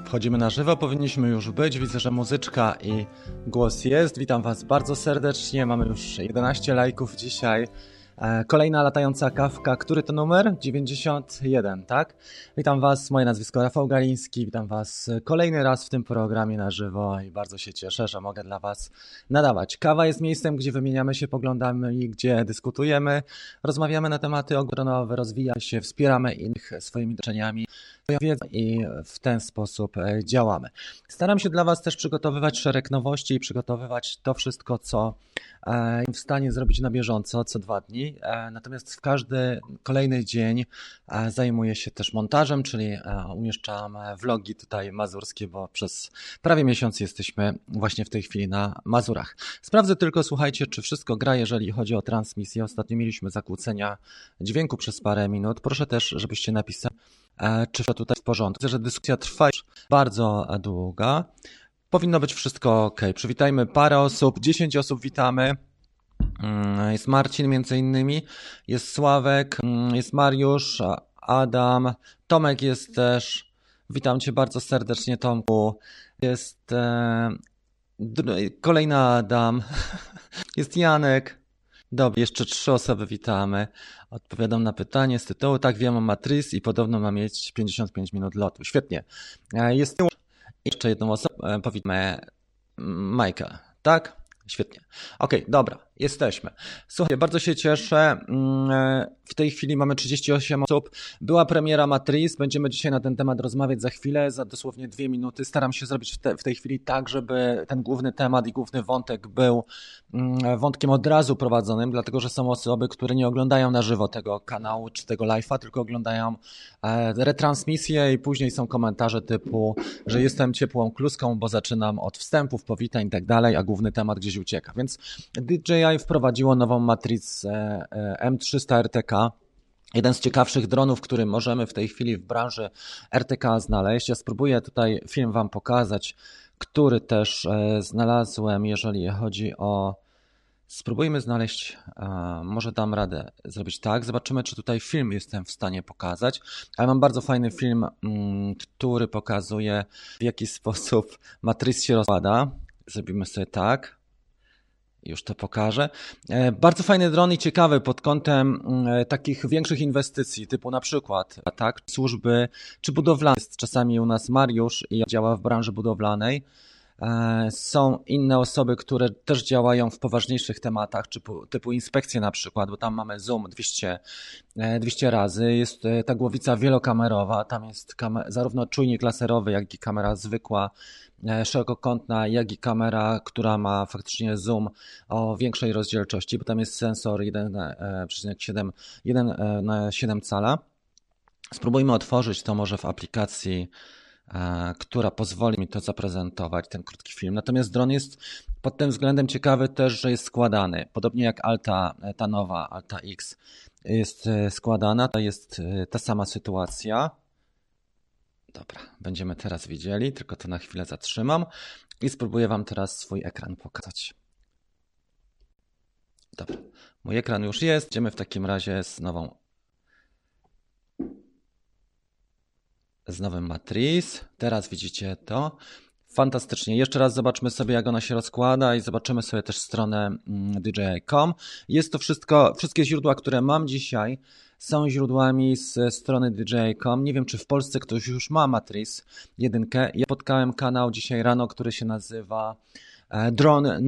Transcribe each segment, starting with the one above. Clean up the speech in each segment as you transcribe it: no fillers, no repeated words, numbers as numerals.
Wchodzimy na żywo, powinniśmy już być. Widzę, że muzyczka i głos jest. Witam Was bardzo serdecznie. Mamy już 11 lajków dzisiaj. Kolejna latająca kawka. Który to numer? 91, tak? Witam Was, moje nazwisko Rafał Galiński. Witam Was kolejny raz w tym programie na żywo i bardzo się cieszę, że mogę dla Was nadawać. Kawa jest miejscem, gdzie wymieniamy się poglądami i gdzie dyskutujemy, rozmawiamy na tematy ogronowe, rozwijamy się, wspieramy innych swoimi doświadczeniami i w ten sposób działamy. Staram się dla Was też przygotowywać szereg nowości i przygotowywać to wszystko, co w stanie zrobić na bieżąco co 2 dni. Natomiast w każdy kolejny dzień zajmuję się też montażem, czyli umieszczam vlogi tutaj mazurskie, bo przez prawie miesiąc jesteśmy właśnie w tej chwili na Mazurach. Sprawdzę tylko, słuchajcie, czy wszystko gra, jeżeli chodzi o transmisję. Ostatnio mieliśmy zakłócenia dźwięku przez parę minut. Proszę też, żebyście napisali, czy wszystko tutaj w porządku. Widzę, że dyskusja trwa już bardzo długa. Powinno być wszystko ok. Przywitajmy parę osób, 10 osób witamy. Jest Marcin między innymi, jest Sławek, jest Mariusz, Adam, Tomek jest też. Witam Cię bardzo serdecznie, Tomku. Jest kolejny Adam, jest Janek. Dobrze, jeszcze 3 osoby witamy. Odpowiadam na pytanie z tytułu. Tak, wiem o Matrice i podobno ma mieć 55 minut lotu. Świetnie. Jest jeszcze jedną osobę, powiedzmy Majka, tak? Świetnie. Okej, dobra, jesteśmy. Słuchajcie, bardzo się cieszę. W tej chwili mamy 38 osób. Była premiera Matrice. Będziemy dzisiaj na ten temat rozmawiać za chwilę, za dosłownie 2 minuty. Staram się zrobić w tej chwili tak, żeby ten główny temat i główny wątek był wątkiem od razu prowadzonym, dlatego że są osoby, które nie oglądają na żywo tego kanału czy tego live'a, tylko oglądają retransmisję i później są komentarze typu, że jestem ciepłą kluską, bo zaczynam od wstępów, powitań i tak dalej, a główny temat gdzieś ucieka. Więc DJI wprowadziło nową Matrice M300 RTK. Jeden z ciekawszych dronów, który możemy w tej chwili w branży RTK znaleźć. Ja spróbuję tutaj film Wam pokazać, który też znalazłem, jeżeli chodzi o... Spróbujmy znaleźć, może dam radę zrobić tak. Zobaczymy, czy tutaj film jestem w stanie pokazać. Ale mam bardzo fajny film, który pokazuje, w jaki sposób Matrice się rozkłada. Zrobimy sobie tak. Już to pokażę. Bardzo fajny dron i ciekawy pod kątem takich większych inwestycji, typu na przykład tak, służby czy budowlane. Jest czasami u nas Mariusz i działa w branży budowlanej. Są inne osoby, które też działają w poważniejszych tematach, typu inspekcje na przykład, bo tam mamy zoom 200 razy, jest ta głowica wielokamerowa, tam jest zarówno czujnik laserowy, jak i kamera zwykła, szerokokątna, jak i kamera, która ma faktycznie zoom o większej rozdzielczości, bo tam jest sensor 1,7 cala. Spróbujmy otworzyć to może w aplikacji, która pozwoli mi to zaprezentować, ten krótki film. Natomiast dron jest pod tym względem ciekawy też, że jest składany. Podobnie jak Alta, ta nowa Alta X jest składana, to jest ta sama sytuacja. Dobra, będziemy teraz widzieli, tylko to na chwilę zatrzymam i spróbuję Wam teraz swój ekran pokazać. Dobra, mój ekran już jest. Idziemy w takim razie z nowym Matrice. Teraz widzicie to. Fantastycznie. Jeszcze raz zobaczmy sobie, jak ona się rozkłada i zobaczymy sobie też stronę DJI.com. Jest to wszystkie źródła, które mam dzisiaj, są źródłami z strony DJI.com. Nie wiem, czy w Polsce ktoś już ma Matrice 1. Ja spotkałem kanał dzisiaj rano, który się nazywa Drone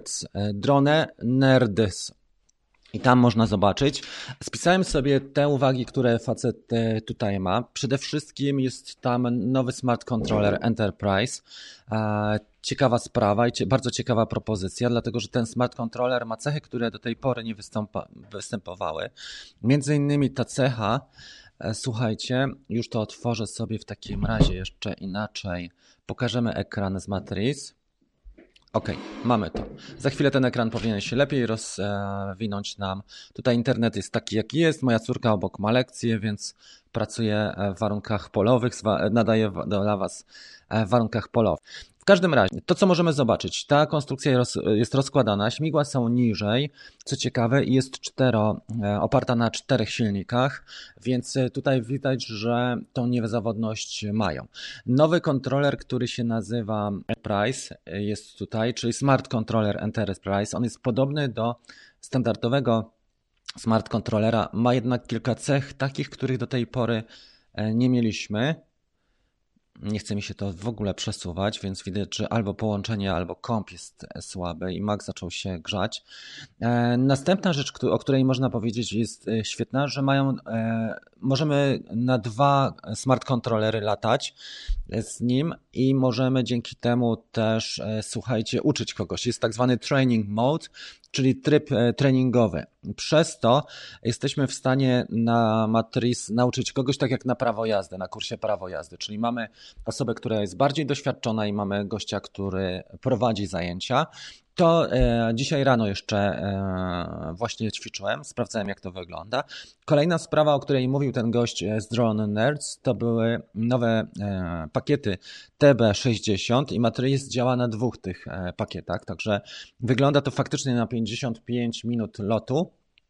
Nerds. I tam można zobaczyć. Spisałem sobie te uwagi, które facet tutaj ma. Przede wszystkim jest tam nowy Smart Controller Enterprise. Ciekawa sprawa i bardzo ciekawa propozycja, dlatego że ten Smart Controller ma cechy, które do tej pory nie występowały. Między innymi ta cecha, słuchajcie, już to otworzę sobie w takim razie jeszcze inaczej. Pokażemy ekran z Matrice. Ok, mamy to. Za chwilę ten ekran powinien się lepiej rozwinąć nam. Tutaj internet jest taki, jaki jest. Moja córka obok ma lekcje, więc pracuję w warunkach polowych, nadaję dla Was w warunkach polowych. W każdym razie, to co możemy zobaczyć, ta konstrukcja jest rozkładana, śmigła są niżej, co ciekawe, i jest oparta na 4 silnikach, więc tutaj widać, że tą niezawodność mają. Nowy kontroler, który się nazywa Enterprise, jest tutaj, czyli Smart Controller Enterprise. On jest podobny do standardowego Smart Controllera, ma jednak kilka cech takich, których do tej pory nie mieliśmy. Nie chce mi się to w ogóle przesuwać, więc widać, że albo połączenie, albo komp jest słabe i Mac zaczął się grzać. Następna rzecz, o której można powiedzieć, jest świetna, że możemy na 2 smart kontrolery latać z nim i możemy dzięki temu też, słuchajcie, uczyć kogoś. Jest tak zwany training mode, czyli tryb treningowy. Przez to jesteśmy w stanie na Matrice nauczyć kogoś tak jak na prawo jazdy, na kursie prawo jazdy, czyli mamy osobę, która jest bardziej doświadczona i mamy gościa, który prowadzi zajęcia. To dzisiaj rano jeszcze właśnie ćwiczyłem, sprawdzałem jak to wygląda. Kolejna sprawa, o której mówił ten gość z Drone Nerds, to były nowe pakiety TB60 i Matrice działa na 2 tych pakietach, także wygląda to faktycznie na 55 minut lotu.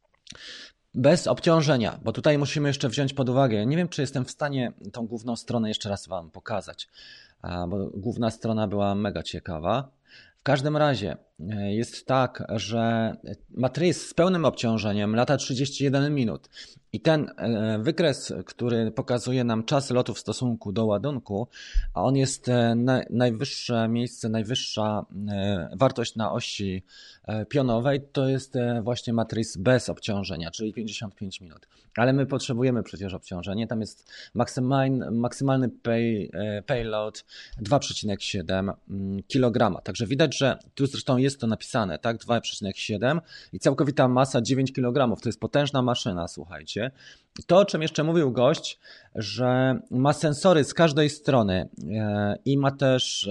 Bez obciążenia, bo tutaj musimy jeszcze wziąć pod uwagę, nie wiem czy jestem w stanie tą główną stronę jeszcze raz Wam pokazać, bo główna strona była mega ciekawa. W każdym razie jest tak, że Matrice z pełnym obciążeniem lata 31 minut i ten wykres, który pokazuje nam czas lotu w stosunku do ładunku, a on jest najwyższe miejsce, najwyższa wartość na osi pionowej, to jest właśnie Matrice bez obciążenia, czyli 55 minut. Ale my potrzebujemy przecież obciążenie, tam jest maksymalny payload 2,7 kg. Także widać, że tu zresztą jest to napisane, tak? 2,7 i całkowita masa 9 kg. To jest potężna maszyna, słuchajcie. To, o czym jeszcze mówił gość, że ma sensory z każdej strony i ma też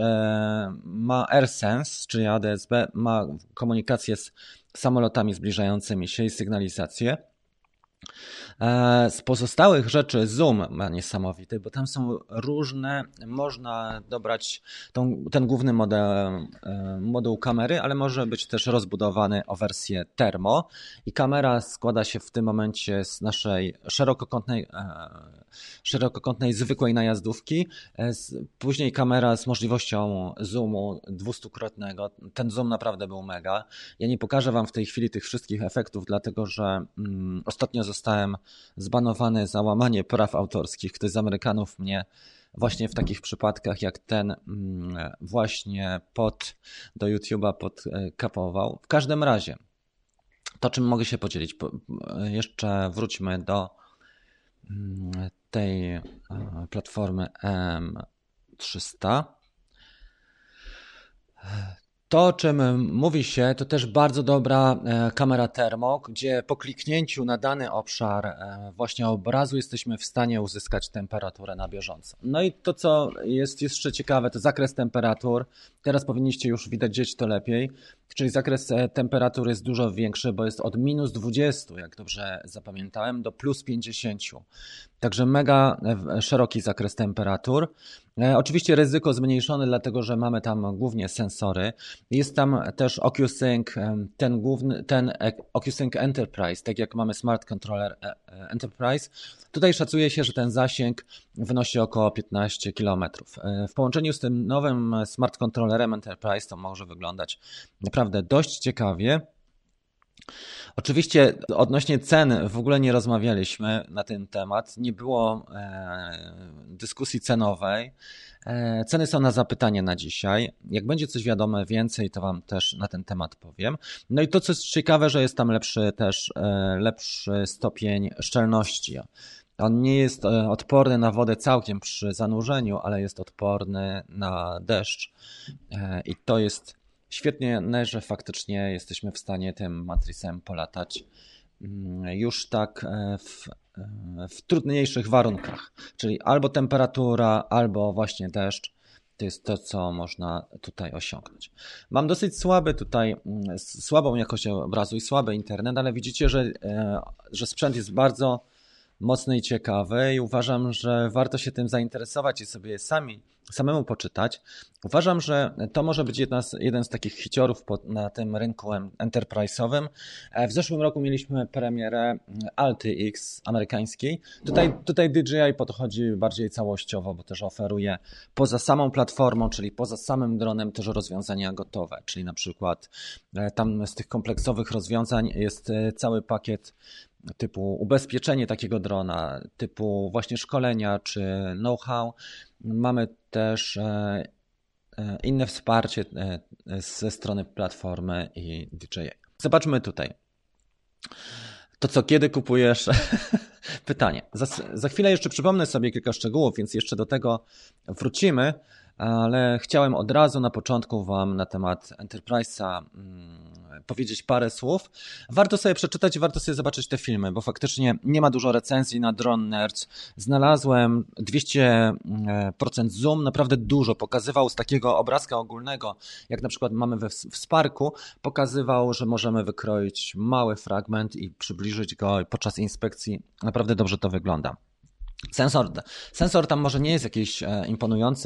AirSense, czyli ADS-B, ma komunikację z samolotami zbliżającymi się i sygnalizację. Z pozostałych rzeczy zoom ma niesamowity, bo tam są różne, można dobrać ten główny moduł kamery, ale może być też rozbudowany o wersję termo i kamera składa się w tym momencie z naszej szerokokątnej zwykłej najazdówki, później kamera z możliwością zoomu 200-krotnego. Ten zoom naprawdę był mega. Ja nie pokażę Wam w tej chwili tych wszystkich efektów, dlatego że ostatnio zostałem zbanowany za łamanie praw autorskich. Ktoś z Amerykanów mnie właśnie w takich przypadkach jak ten właśnie do YouTube'a podkapował. W każdym razie, to czym mogę się podzielić? Jeszcze wróćmy do tej platformy M300. To, o czym mówi się, to też bardzo dobra kamera termo, gdzie po kliknięciu na dany obszar właśnie obrazu jesteśmy w stanie uzyskać temperaturę na bieżąco. No i to, co jest jeszcze ciekawe, to zakres temperatur. Teraz powinniście już widzieć to lepiej, czyli zakres temperatur jest dużo większy, bo jest od -20, jak dobrze zapamiętałem, do +50. Także mega szeroki zakres temperatur. Oczywiście ryzyko zmniejszone, dlatego że mamy tam głównie sensory. Jest tam też OcuSync, ten OcuSync Enterprise, tak jak mamy Smart Controller Enterprise. Tutaj szacuje się, że ten zasięg wynosi około 15 km. W połączeniu z tym nowym Smart Controllerem Enterprise to może wyglądać naprawdę dość ciekawie. Oczywiście odnośnie cen w ogóle nie rozmawialiśmy na ten temat, nie było dyskusji cenowej. Ceny są na zapytanie na dzisiaj. Jak będzie coś wiadome więcej, to Wam też na ten temat powiem. No i to, co jest ciekawe, że jest tam lepszy stopień szczelności. On nie jest odporny na wodę całkiem przy zanurzeniu, ale jest odporny na deszcz i to jest świetnie, że faktycznie jesteśmy w stanie tym Matricem polatać już tak w trudniejszych warunkach, czyli albo temperatura, albo właśnie deszcz. To jest to, co można tutaj osiągnąć. Mam dosyć słabą jakość obrazu i słaby internet, ale widzicie, że sprzęt jest bardzo mocny i ciekawy i uważam, że warto się tym zainteresować i sobie samemu poczytać. Uważam, że to może być jeden z takich hiciorów na tym rynku enterprise'owym. W zeszłym roku mieliśmy premierę Alty X amerykańskiej. Tutaj DJI podchodzi bardziej całościowo, bo też oferuje poza samą platformą, czyli poza samym dronem też rozwiązania gotowe, czyli na przykład tam z tych kompleksowych rozwiązań jest cały pakiet typu ubezpieczenie takiego drona, typu właśnie szkolenia czy know-how. Mamy też inne wsparcie ze strony platformy i DJI. Zobaczmy tutaj. To co, kiedy kupujesz? Pytanie. Za chwilę jeszcze przypomnę sobie kilka szczegółów, więc jeszcze do tego wrócimy, ale chciałem od razu na początku Wam na temat Enterprise'a powiedzieć parę słów. Warto sobie przeczytać i warto sobie zobaczyć te filmy, bo faktycznie nie ma dużo recenzji na Drone Nerds. Znalazłem 200% zoom, naprawdę dużo. Pokazywał z takiego obrazka ogólnego, jak na przykład mamy w Sparku, pokazywał, że możemy wykroić mały fragment i przybliżyć go podczas inspekcji. Naprawdę dobrze to wygląda. Sensor tam może nie jest jakiś imponujący,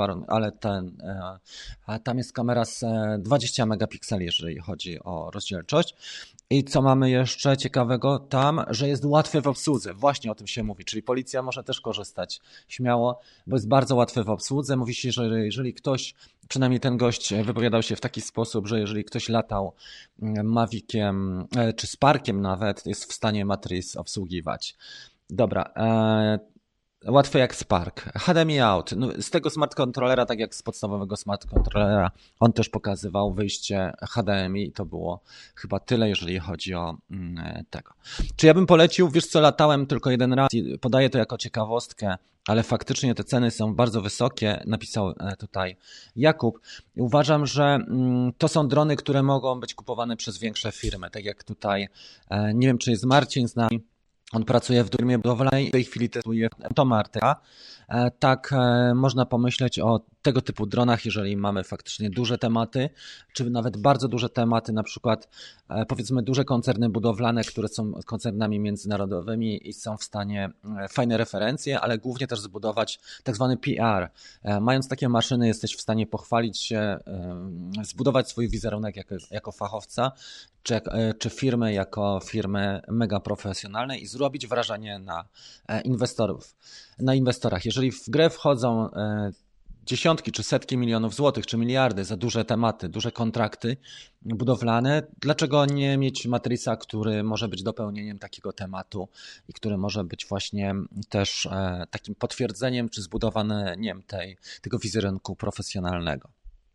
tam jest kamera z 20 megapikseli, jeżeli chodzi o rozdzielczość. I co mamy jeszcze ciekawego tam, że jest łatwy w obsłudze. Właśnie o tym się mówi, czyli policja może też korzystać śmiało, bo jest bardzo łatwy w obsłudze. Mówi się, że jeżeli ktoś, przynajmniej ten gość wypowiadał się w taki sposób, że jeżeli ktoś latał Maviciem czy Sparkiem nawet, jest w stanie Matriz obsługiwać. Dobra, łatwe jak Spark. HDMI out. No, z tego smart controllera, tak jak z podstawowego smart controllera, on też pokazywał wyjście HDMI i to było chyba tyle, jeżeli chodzi o tego. Czy ja bym polecił? Wiesz co, latałem tylko jeden raz i podaję to jako ciekawostkę, ale faktycznie te ceny są bardzo wysokie, napisał tutaj Jakub. Uważam, że to są drony, które mogą być kupowane przez większe firmy, tak jak tutaj, nie wiem czy jest Marcin z nami, on pracuje w firmie budowlanej, w tej chwili testuje Tomarta. Tak można pomyśleć o tego typu dronach, jeżeli mamy faktycznie duże tematy, czy nawet bardzo duże tematy, na przykład powiedzmy duże koncerny budowlane, które są koncernami międzynarodowymi i są w stanie fajne referencje, ale głównie też zbudować tak zwany PR. Mając takie maszyny jesteś w stanie pochwalić się, zbudować swój wizerunek jako fachowca, czy firmy jako firmy mega profesjonalne i zrobić wrażenie na inwestorach. Jeżeli w grę wchodzą dziesiątki czy setki milionów złotych, czy miliardy za duże tematy, duże kontrakty budowlane, dlaczego nie mieć Matrixa, który może być dopełnieniem takiego tematu i który może być właśnie też takim potwierdzeniem, czy zbudowaniem tego wizerunku profesjonalnego.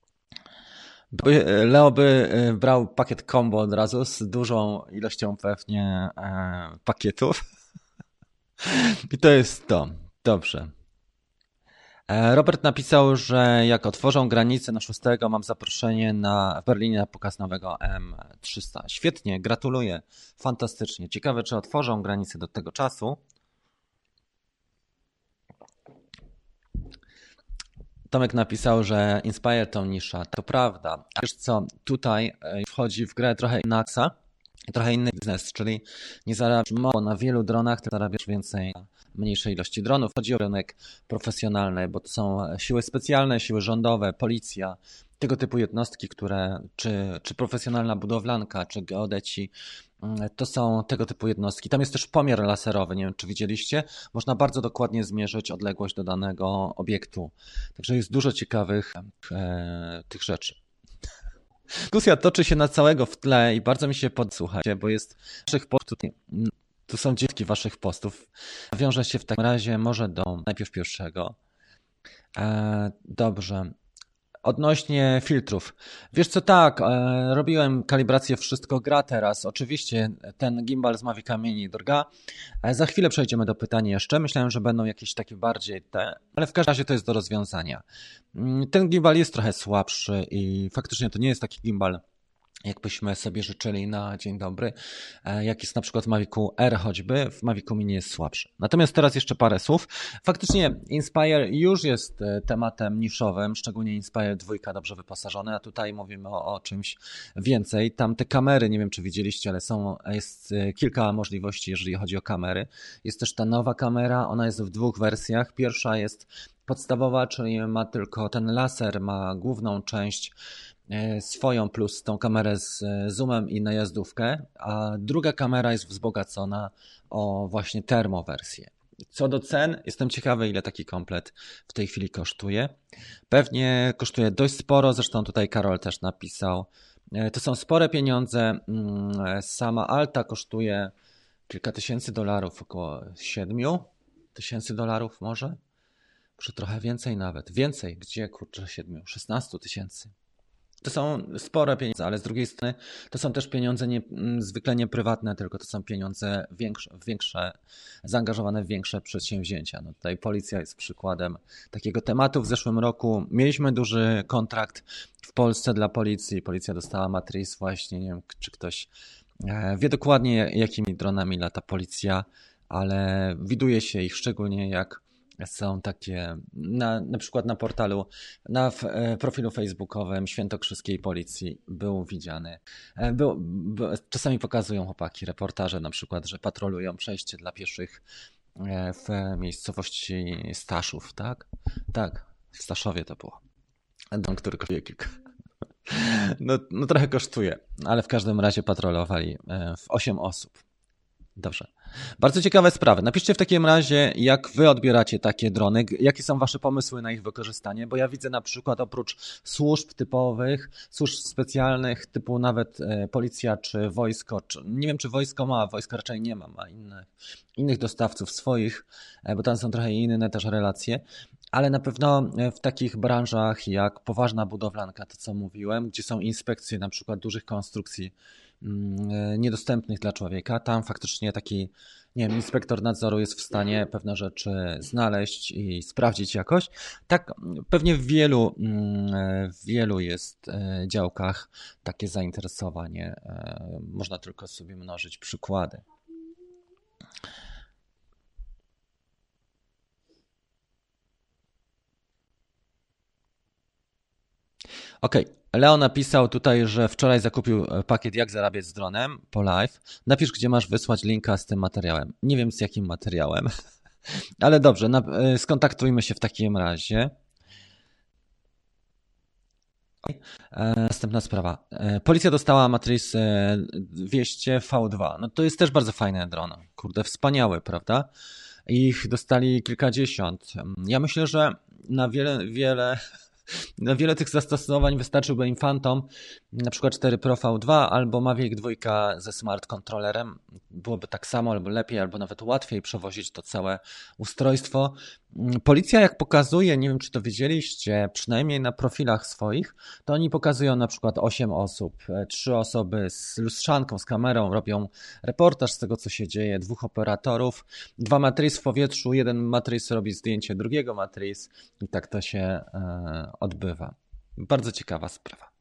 Leo by brał pakiet combo od razu z dużą ilością pewnie pakietów. I to jest to. Dobrze. Robert napisał, że jak otworzą granicę na 6, mam zaproszenie w Berlinie na pokaz nowego M300. Świetnie, gratuluję. Fantastycznie. Ciekawe, czy otworzą granicę do tego czasu. Tomek napisał, że Inspire to nisza. To prawda. A wiesz co, tutaj wchodzi w grę trochę inaksa, trochę inny biznes, czyli nie zarabiasz mało na wielu dronach, tylko zarabiasz więcej na mniejszej ilości dronów. Chodzi o rynek profesjonalny, bo to są siły specjalne, siły rządowe, policja, tego typu jednostki, czy profesjonalna budowlanka, czy geodeci, to są tego typu jednostki. Tam jest też pomiar laserowy, nie wiem czy widzieliście, można bardzo dokładnie zmierzyć odległość do danego obiektu. Także jest dużo ciekawych tych rzeczy. Dyskusja toczy się na całego w tle i bardzo mi się podsłuchajcie, bo jest waszych postów, tu są dzięki waszych postów. Wiąże się w takim razie może do najpierw pierwszego. Dobrze. Odnośnie filtrów. Wiesz co, tak, robiłem kalibrację, wszystko gra teraz. Oczywiście ten gimbal z Mavica Mini drga. Za chwilę przejdziemy do pytań jeszcze. Myślałem, że będą jakieś takie bardziej ale w każdym razie to jest do rozwiązania. Ten gimbal jest trochę słabszy i faktycznie to nie jest taki gimbal jakbyśmy sobie życzyli na dzień dobry, jak jest na przykład w Mavicu R choćby, w Mavicu Mini jest słabszy. Natomiast teraz jeszcze parę słów. Faktycznie Inspire już jest tematem niszowym, szczególnie Inspire 2 dobrze wyposażone, a tutaj mówimy o czymś więcej. Tam te kamery, nie wiem czy widzieliście, ale jest kilka możliwości, jeżeli chodzi o kamery. Jest też ta nowa kamera, ona jest w dwóch wersjach. Pierwsza jest podstawowa, czyli ma tylko ten laser, ma główną część swoją plus tą kamerę z zoomem i najazdówkę, a druga kamera jest wzbogacona o właśnie termowersję. Co do cen, jestem ciekawy, ile taki komplet w tej chwili kosztuje. Pewnie kosztuje dość sporo, zresztą tutaj Karol też napisał. To są spore pieniądze. Sama Alta kosztuje kilka tysięcy dolarów, około 7 tysięcy dolarów może? Może trochę więcej nawet. Więcej, gdzie kurczę 7? 16 tysięcy. To są spore pieniądze, ale z drugiej strony to są też pieniądze zwykle nie prywatne, tylko to są pieniądze większe, zaangażowane w większe przedsięwzięcia. No tutaj policja jest przykładem takiego tematu. W zeszłym roku mieliśmy duży kontrakt w Polsce dla policji. Policja dostała Matrice właśnie, nie wiem czy ktoś wie dokładnie jakimi dronami lata policja, ale widuje się ich szczególnie jak są takie, na przykład na portalu, na profilu facebookowym Świętokrzyskiej Policji był widziany. Czasami pokazują chłopaki reportaże na przykład, że patrolują przejście dla pieszych w miejscowości Staszów, tak? Tak, w Staszowie to było. Dom, który kosztuje kilka. No trochę kosztuje, ale w każdym razie patrolowali w 8 osób. Dobrze. Bardzo ciekawe sprawy. Napiszcie w takim razie, jak wy odbieracie takie drony, jakie są wasze pomysły na ich wykorzystanie, bo ja widzę na przykład oprócz służb typowych, służb specjalnych, typu nawet policja czy wojsko, nie wiem czy wojsko raczej nie ma innych dostawców swoich, bo tam są trochę inne też relacje, ale na pewno w takich branżach jak poważna budowlanka, to co mówiłem, gdzie są inspekcje na przykład dużych konstrukcji niedostępnych dla człowieka, tam faktycznie taki, nie wiem, inspektor nadzoru jest w stanie pewne rzeczy znaleźć i sprawdzić jakoś. Tak pewnie w wielu jest działkach takie zainteresowanie. Można tylko sobie mnożyć przykłady. Okej. Leo napisał tutaj, że wczoraj zakupił pakiet Jak zarabiać z dronem po live. Napisz, gdzie masz wysłać linka z tym materiałem. Nie wiem z jakim materiałem, ale dobrze, skontaktujmy się w takim razie. Następna sprawa. Policja dostała Matrice 200 V2. No to jest też bardzo fajne dron. Kurde, wspaniałe, prawda? Ich dostali kilkadziesiąt. Ja myślę, że na wiele tych zastosowań wystarczyłby im Phantom, na przykład 4 Pro V2 albo Mavic 2 ze smart kontrolerem. Byłoby tak samo, albo lepiej, albo nawet łatwiej przewozić to całe ustrojstwo. Policja jak pokazuje, nie wiem czy to widzieliście, przynajmniej na profilach swoich, to oni pokazują na przykład 8 osób, 3 osoby z lustrzanką, z kamerą, robią reportaż z tego co się dzieje, 2 operatorów, 2 Matrice w powietrzu, jeden Matrice robi zdjęcie drugiego Matrice i tak to się odbywa. Bardzo ciekawa sprawa.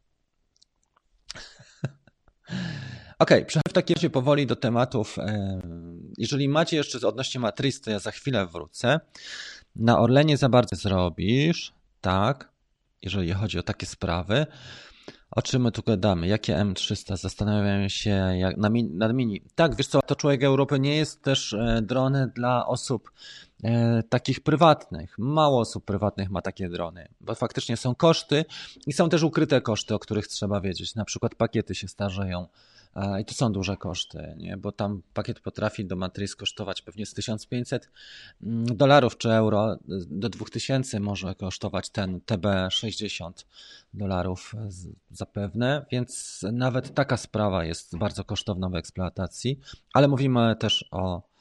Okej, przechodzę w takim razie powoli do tematów. Jeżeli macie jeszcze odnośnie Matrice, to ja za chwilę wrócę. Na Orlenie za bardzo zrobisz, tak, jeżeli chodzi o takie sprawy. O czym my tu gadamy? Jakie M300? Zastanawiam się nad Mini. Tak, wiesz co, to Człowiek Europy nie jest też drony dla osób takich prywatnych. Mało osób prywatnych ma takie drony, bo faktycznie są koszty i są też ukryte koszty, o których trzeba wiedzieć. Na przykład pakiety się starzeją i to są duże koszty, nie? Bo tam pakiet potrafi do Matrice kosztować pewnie z $1500 czy euro do 2000 może kosztować ten TB60 dolarów zapewne, więc nawet taka sprawa jest bardzo kosztowna w eksploatacji, ale mówimy też o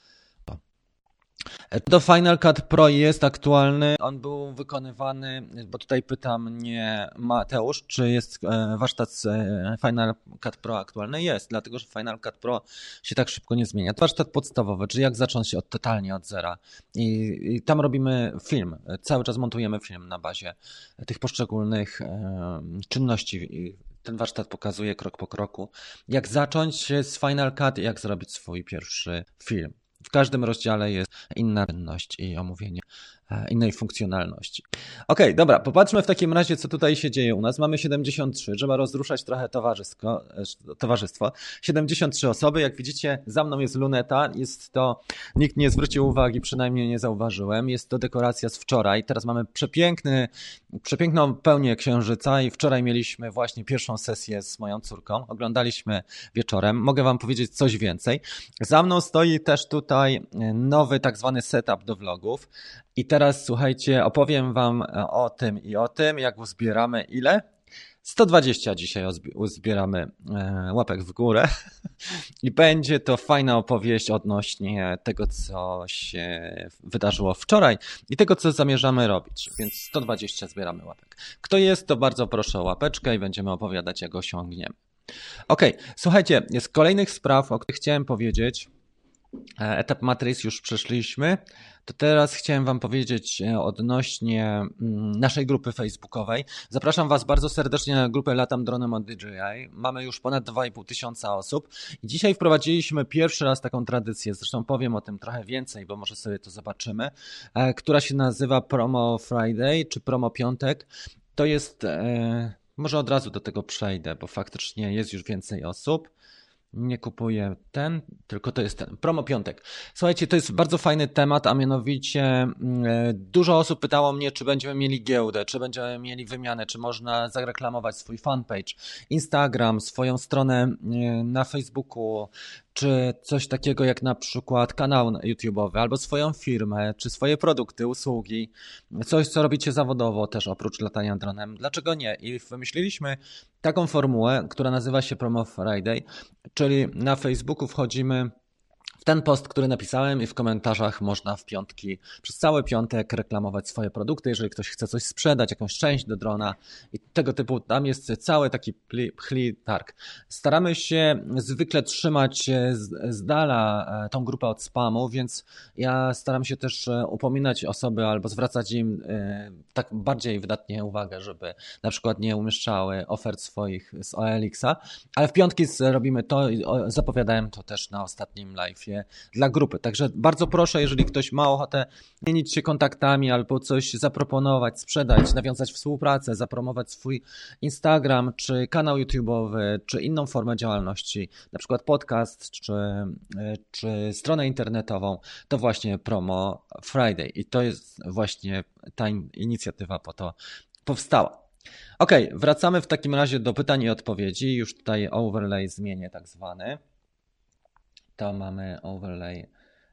to Final Cut Pro jest aktualny, on był wykonywany, bo tutaj pyta mnie Mateusz, czy jest warsztat z Final Cut Pro aktualny? Jest, dlatego że Final Cut Pro się tak szybko nie zmienia. To warsztat podstawowy, czyli jak zacząć się totalnie od zera i tam robimy film, cały czas montujemy film na bazie tych poszczególnych czynności ten warsztat pokazuje krok po kroku, jak zacząć z Final Cut i jak zrobić swój pierwszy film. W każdym rozdziale jest inna czynność i omówienie innej funkcjonalności. Okej, dobra, popatrzmy w takim razie, co tutaj się dzieje u nas. Mamy 73, trzeba rozruszać trochę towarzystwo. 73 osoby, jak widzicie, za mną jest luneta, nikt nie zwrócił uwagi, przynajmniej nie zauważyłem, jest to dekoracja z wczoraj. Teraz mamy przepiękną pełnię księżyca i wczoraj mieliśmy właśnie pierwszą sesję z moją córką, oglądaliśmy wieczorem. Mogę wam powiedzieć coś więcej. Za mną stoi też tutaj nowy tak zwany setup do vlogów. I teraz słuchajcie, opowiem wam o tym, jak uzbieramy ile? 120 dzisiaj uzbieramy łapek w górę i będzie to fajna opowieść odnośnie tego, co się wydarzyło wczoraj i tego, co zamierzamy robić, więc 120 zbieramy łapek. Kto jest, to bardzo proszę o łapeczkę i będziemy opowiadać, jak osiągniemy. Okej, słuchajcie, z kolejnych spraw, o których chciałem powiedzieć, etap Matrix już przeszliśmy, to teraz chciałem wam powiedzieć odnośnie naszej grupy facebookowej. Zapraszam was bardzo serdecznie na grupę Latam Dronem od DJI. Mamy już ponad 2,5 tysiąca osób i dzisiaj wprowadziliśmy pierwszy raz taką tradycję, zresztą powiem o tym trochę więcej, bo może sobie to zobaczymy, która się nazywa Promo Friday czy Promo Piątek. To jest, może od razu do tego przejdę, bo faktycznie jest już więcej osób. Nie kupuję tylko to jest ten, Promo Piątek. Słuchajcie, to jest bardzo fajny temat, a mianowicie dużo osób pytało mnie, czy będziemy mieli giełdę, czy będziemy mieli wymianę, czy można zareklamować swój fanpage, Instagram, swoją stronę na Facebooku, czy coś takiego jak na przykład kanał YouTube'owy, albo swoją firmę, czy swoje produkty, usługi, coś co robicie zawodowo też oprócz latania dronem. Dlaczego nie? I wymyśliliśmy taką formułę, która nazywa się Promo Friday, czyli na Facebooku wchodzimy w ten post, który napisałem i w komentarzach można w piątki, przez cały piątek reklamować swoje produkty, jeżeli ktoś chce coś sprzedać, jakąś część do drona i tego typu, tam jest cały taki targ. Staramy się zwykle trzymać z dala tą grupę od spamu, więc ja staram się też upominać osoby albo zwracać im tak bardziej wydatnie uwagę, żeby na przykład nie umieszczały ofert swoich z OLX-a, ale w piątki robimy to i zapowiadałem to też na ostatnim live'ie dla grupy. Także bardzo proszę, jeżeli ktoś ma ochotę zmienić się kontaktami albo coś zaproponować, sprzedać, nawiązać współpracę, zapromować swój Instagram, czy kanał YouTube'owy, czy inną formę działalności, na przykład podcast, czy stronę internetową, to właśnie Promo Friday i to jest właśnie ta inicjatywa po to powstała. Okej, wracamy w takim razie do pytań i odpowiedzi. Już tutaj overlay zmienię tak zwany. To mamy overlay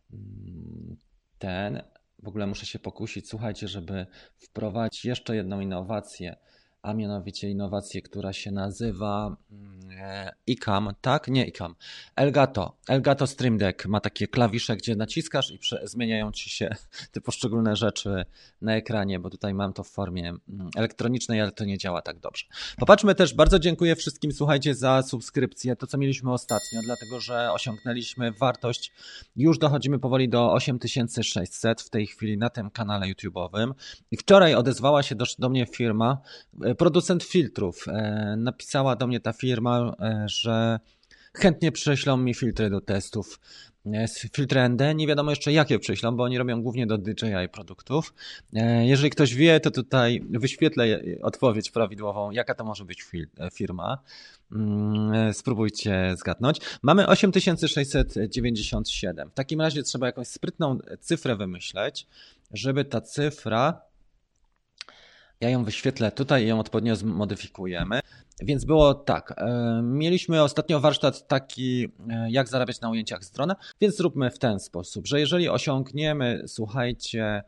w ogóle muszę się pokusić, słuchajcie, żeby wprowadzić jeszcze jedną innowację, a mianowicie innowację, która się nazywa ICAM, tak? Nie ICAM, Elgato Stream Deck ma takie klawisze, gdzie naciskasz i zmieniają ci się te poszczególne rzeczy na ekranie, bo tutaj mam to w formie elektronicznej, ale to nie działa tak dobrze. Popatrzmy też, bardzo dziękuję wszystkim, słuchajcie, za subskrypcję, to co mieliśmy ostatnio, dlatego że osiągnęliśmy wartość, już dochodzimy powoli do 8600 w tej chwili na tym kanale YouTube'owym i wczoraj odezwała się do mnie firma, producent filtrów. Napisała do mnie ta firma, że chętnie prześlą mi filtry do testów. Filtry ND, nie wiadomo jeszcze jakie prześlą, bo oni robią głównie do DJI produktów. Jeżeli ktoś wie, to tutaj wyświetlę odpowiedź prawidłową, jaka to może być firma. Spróbujcie zgadnąć. Mamy 8697. W takim razie trzeba jakąś sprytną cyfrę wymyśleć, żeby ta cyfra, ja ją wyświetlę tutaj i ją odpowiednio zmodyfikujemy. Więc było tak, mieliśmy ostatnio warsztat taki, jak zarabiać na ujęciach z drona, więc zróbmy w ten sposób, że jeżeli osiągniemy, słuchajcie,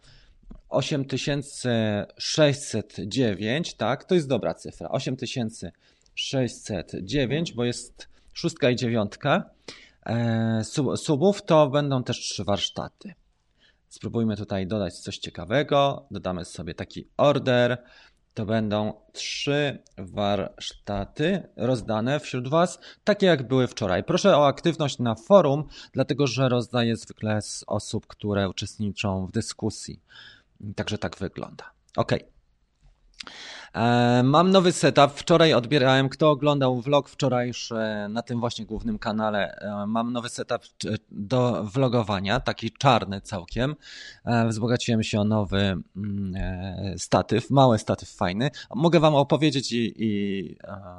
8609, tak, to jest dobra cyfra, 8609, bo jest 6 i 9 subów, to będą też 3 warsztaty. Spróbujmy tutaj dodać coś ciekawego, dodamy sobie taki order, to będą 3 warsztaty rozdane wśród Was, takie jak były wczoraj. Proszę o aktywność na forum, dlatego że rozdaję zwykle z osób, które uczestniczą w dyskusji. Także tak wygląda. Ok. Mam nowy setup. Wczoraj odbierałem, kto oglądał vlog wczorajszy na tym właśnie głównym kanale. Mam nowy setup do vlogowania, taki czarny całkiem. Wzbogaciłem się o nowy statyw, mały statyw fajny. Mogę wam opowiedzieć i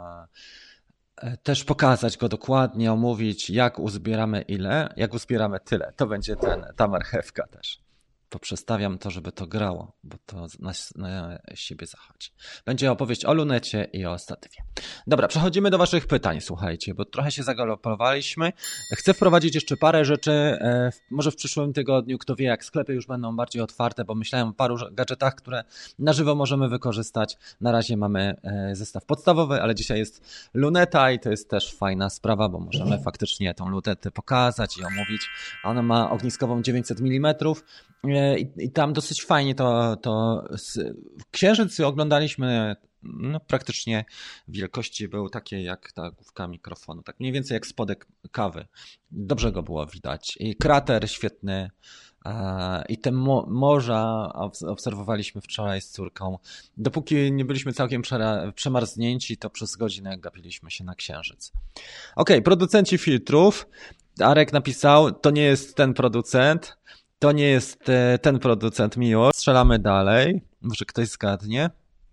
też pokazać go dokładnie, omówić, jak uzbieramy ile, jak uzbieramy tyle. To będzie ta marchewka też. Poprzestawiam to, żeby to grało, bo to na siebie zachodzi. Będzie opowieść o lunecie i o statywie. Dobra, przechodzimy do waszych pytań, słuchajcie, bo trochę się zagalopowaliśmy. Chcę wprowadzić jeszcze parę rzeczy, może w przyszłym tygodniu, kto wie, jak sklepy już będą bardziej otwarte, bo myślałem o paru gadżetach, które na żywo możemy wykorzystać. Na razie mamy zestaw podstawowy, ale dzisiaj jest luneta i to jest też fajna sprawa, bo możemy faktycznie tą lunetę pokazać i omówić. Ona ma ogniskową 900 mm, i tam dosyć fajnie to księżyc oglądaliśmy, no praktycznie wielkości był takie jak ta główka mikrofonu, tak mniej więcej jak spodek kawy. Dobrze go było widać. I krater świetny. I te morza obserwowaliśmy wczoraj z córką. Dopóki nie byliśmy całkiem przemarznięci, to przez godzinę gapiliśmy się na księżyc. Okej, producenci filtrów. Arek napisał, to nie jest ten producent. To nie jest ten producent, miło. Strzelamy dalej. Może ktoś zgadnie.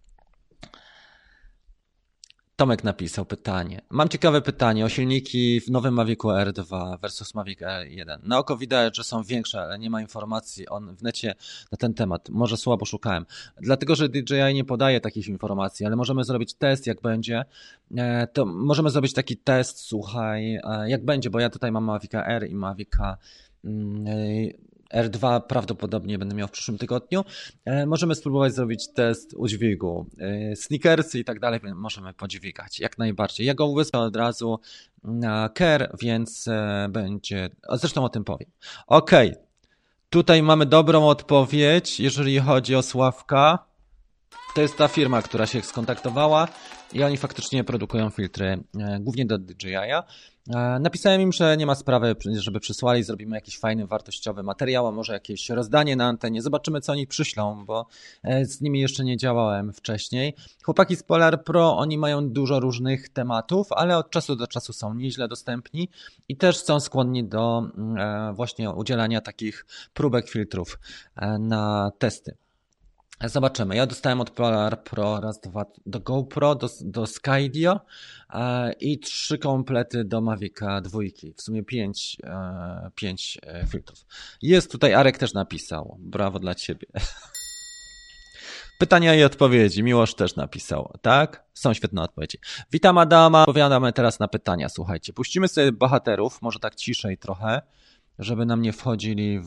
Tomek napisał pytanie. Mam ciekawe pytanie o silniki w nowym Mavicu R2 versus Mavic R1. Na oko widać, że są większe, ale nie ma informacji w necie na ten temat. Może słabo szukałem. Dlatego, że DJI nie podaje takich informacji, ale możemy zrobić test, jak będzie. To możemy zrobić taki test, słuchaj, jak będzie, bo ja tutaj mam Mavica R i Mavica R2 prawdopodobnie będę miał w przyszłym tygodniu. Możemy spróbować zrobić test udźwigu. Sneakersy i tak dalej możemy podźwigać, jak najbardziej. Ja go wysłałem od razu na Care, więc będzie... Zresztą o tym powiem. Okej, tutaj mamy dobrą odpowiedź, jeżeli chodzi o Sławka. To jest ta firma, która się skontaktowała i oni faktycznie produkują filtry głównie do DJI-a. Napisałem im, że nie ma sprawy, żeby przysłali, zrobimy jakiś fajny, wartościowy materiał, a może jakieś rozdanie na antenie. Zobaczymy, co oni przyślą, bo z nimi jeszcze nie działałem wcześniej. Chłopaki z Polar Pro, oni mają dużo różnych tematów, ale od czasu do czasu są nieźle dostępni i też są skłonni do właśnie udzielania takich próbek filtrów na testy. Zobaczymy. Ja dostałem od Polar Pro raz, dwa do GoPro, do Skydio i 3 komplety do Mavica 2. W sumie 5 filtrów. Jest tutaj, Arek też napisał. Brawo dla ciebie. Pytania i odpowiedzi. Miłosz też napisał, tak? Są świetne odpowiedzi. Witam Adama. Odpowiadamy teraz na pytania. Słuchajcie, puścimy sobie bohaterów, może tak ciszej trochę, żeby nam nie wchodzili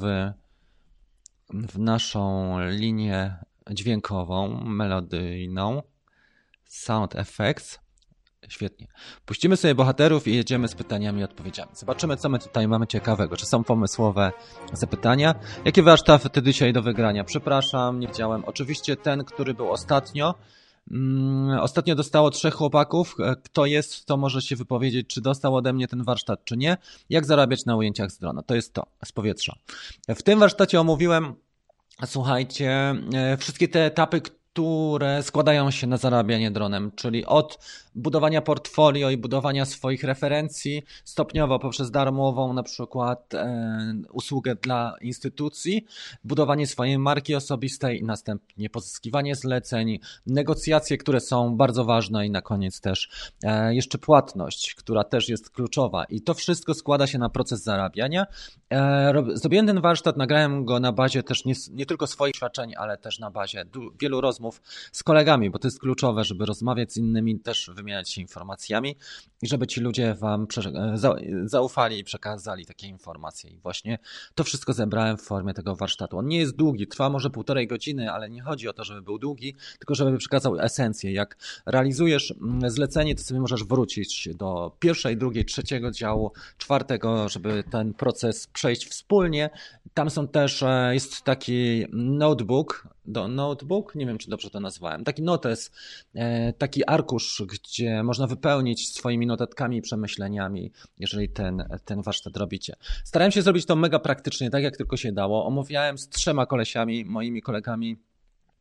w naszą linię dźwiękową, melodyjną, sound effects. Świetnie. Puścimy sobie bohaterów i jedziemy z pytaniami i odpowiedziami. Zobaczymy, co my tutaj mamy ciekawego. Czy są pomysłowe zapytania? Jakie warsztaty dzisiaj do wygrania? Przepraszam, nie widziałem. Oczywiście ten, który był ostatnio. Ostatnio dostało 3 chłopaków. Kto jest, to może się wypowiedzieć, czy dostał ode mnie ten warsztat, czy nie. Jak zarabiać na ujęciach z drona. To jest to, z powietrza. W tym warsztacie omówiłem, słuchajcie, wszystkie te etapy, które składają się na zarabianie dronem, czyli od budowania portfolio i budowania swoich referencji stopniowo poprzez darmową na przykład usługę dla instytucji, budowanie swojej marki osobistej i następnie pozyskiwanie zleceń, negocjacje, które są bardzo ważne i na koniec też jeszcze płatność, która też jest kluczowa i to wszystko składa się na proces zarabiania. Zrobiłem ten warsztat, nagrałem go na bazie też nie tylko swoich doświadczeń, ale też na bazie wielu rozmów z kolegami, bo to jest kluczowe, żeby rozmawiać z innymi, też wymieniać się informacjami i żeby ci ludzie wam zaufali i przekazali takie informacje. I właśnie to wszystko zebrałem w formie tego warsztatu. On nie jest długi, trwa może 1,5 godziny, ale nie chodzi o to, żeby był długi, tylko żeby przekazał esencję. Jak realizujesz zlecenie, to sobie możesz wrócić do 1., 2., 3. działu, 4., żeby ten proces przejść wspólnie. Tam są też, jest taki notebook, nie wiem, czy dobrze to nazwałem, taki notes, taki arkusz, gdzie można wypełnić swoimi notatkami i przemyśleniami, jeżeli ten warsztat robicie. Starałem się zrobić to mega praktycznie, tak jak tylko się dało. Omawiałem z 3 kolesiami, moimi kolegami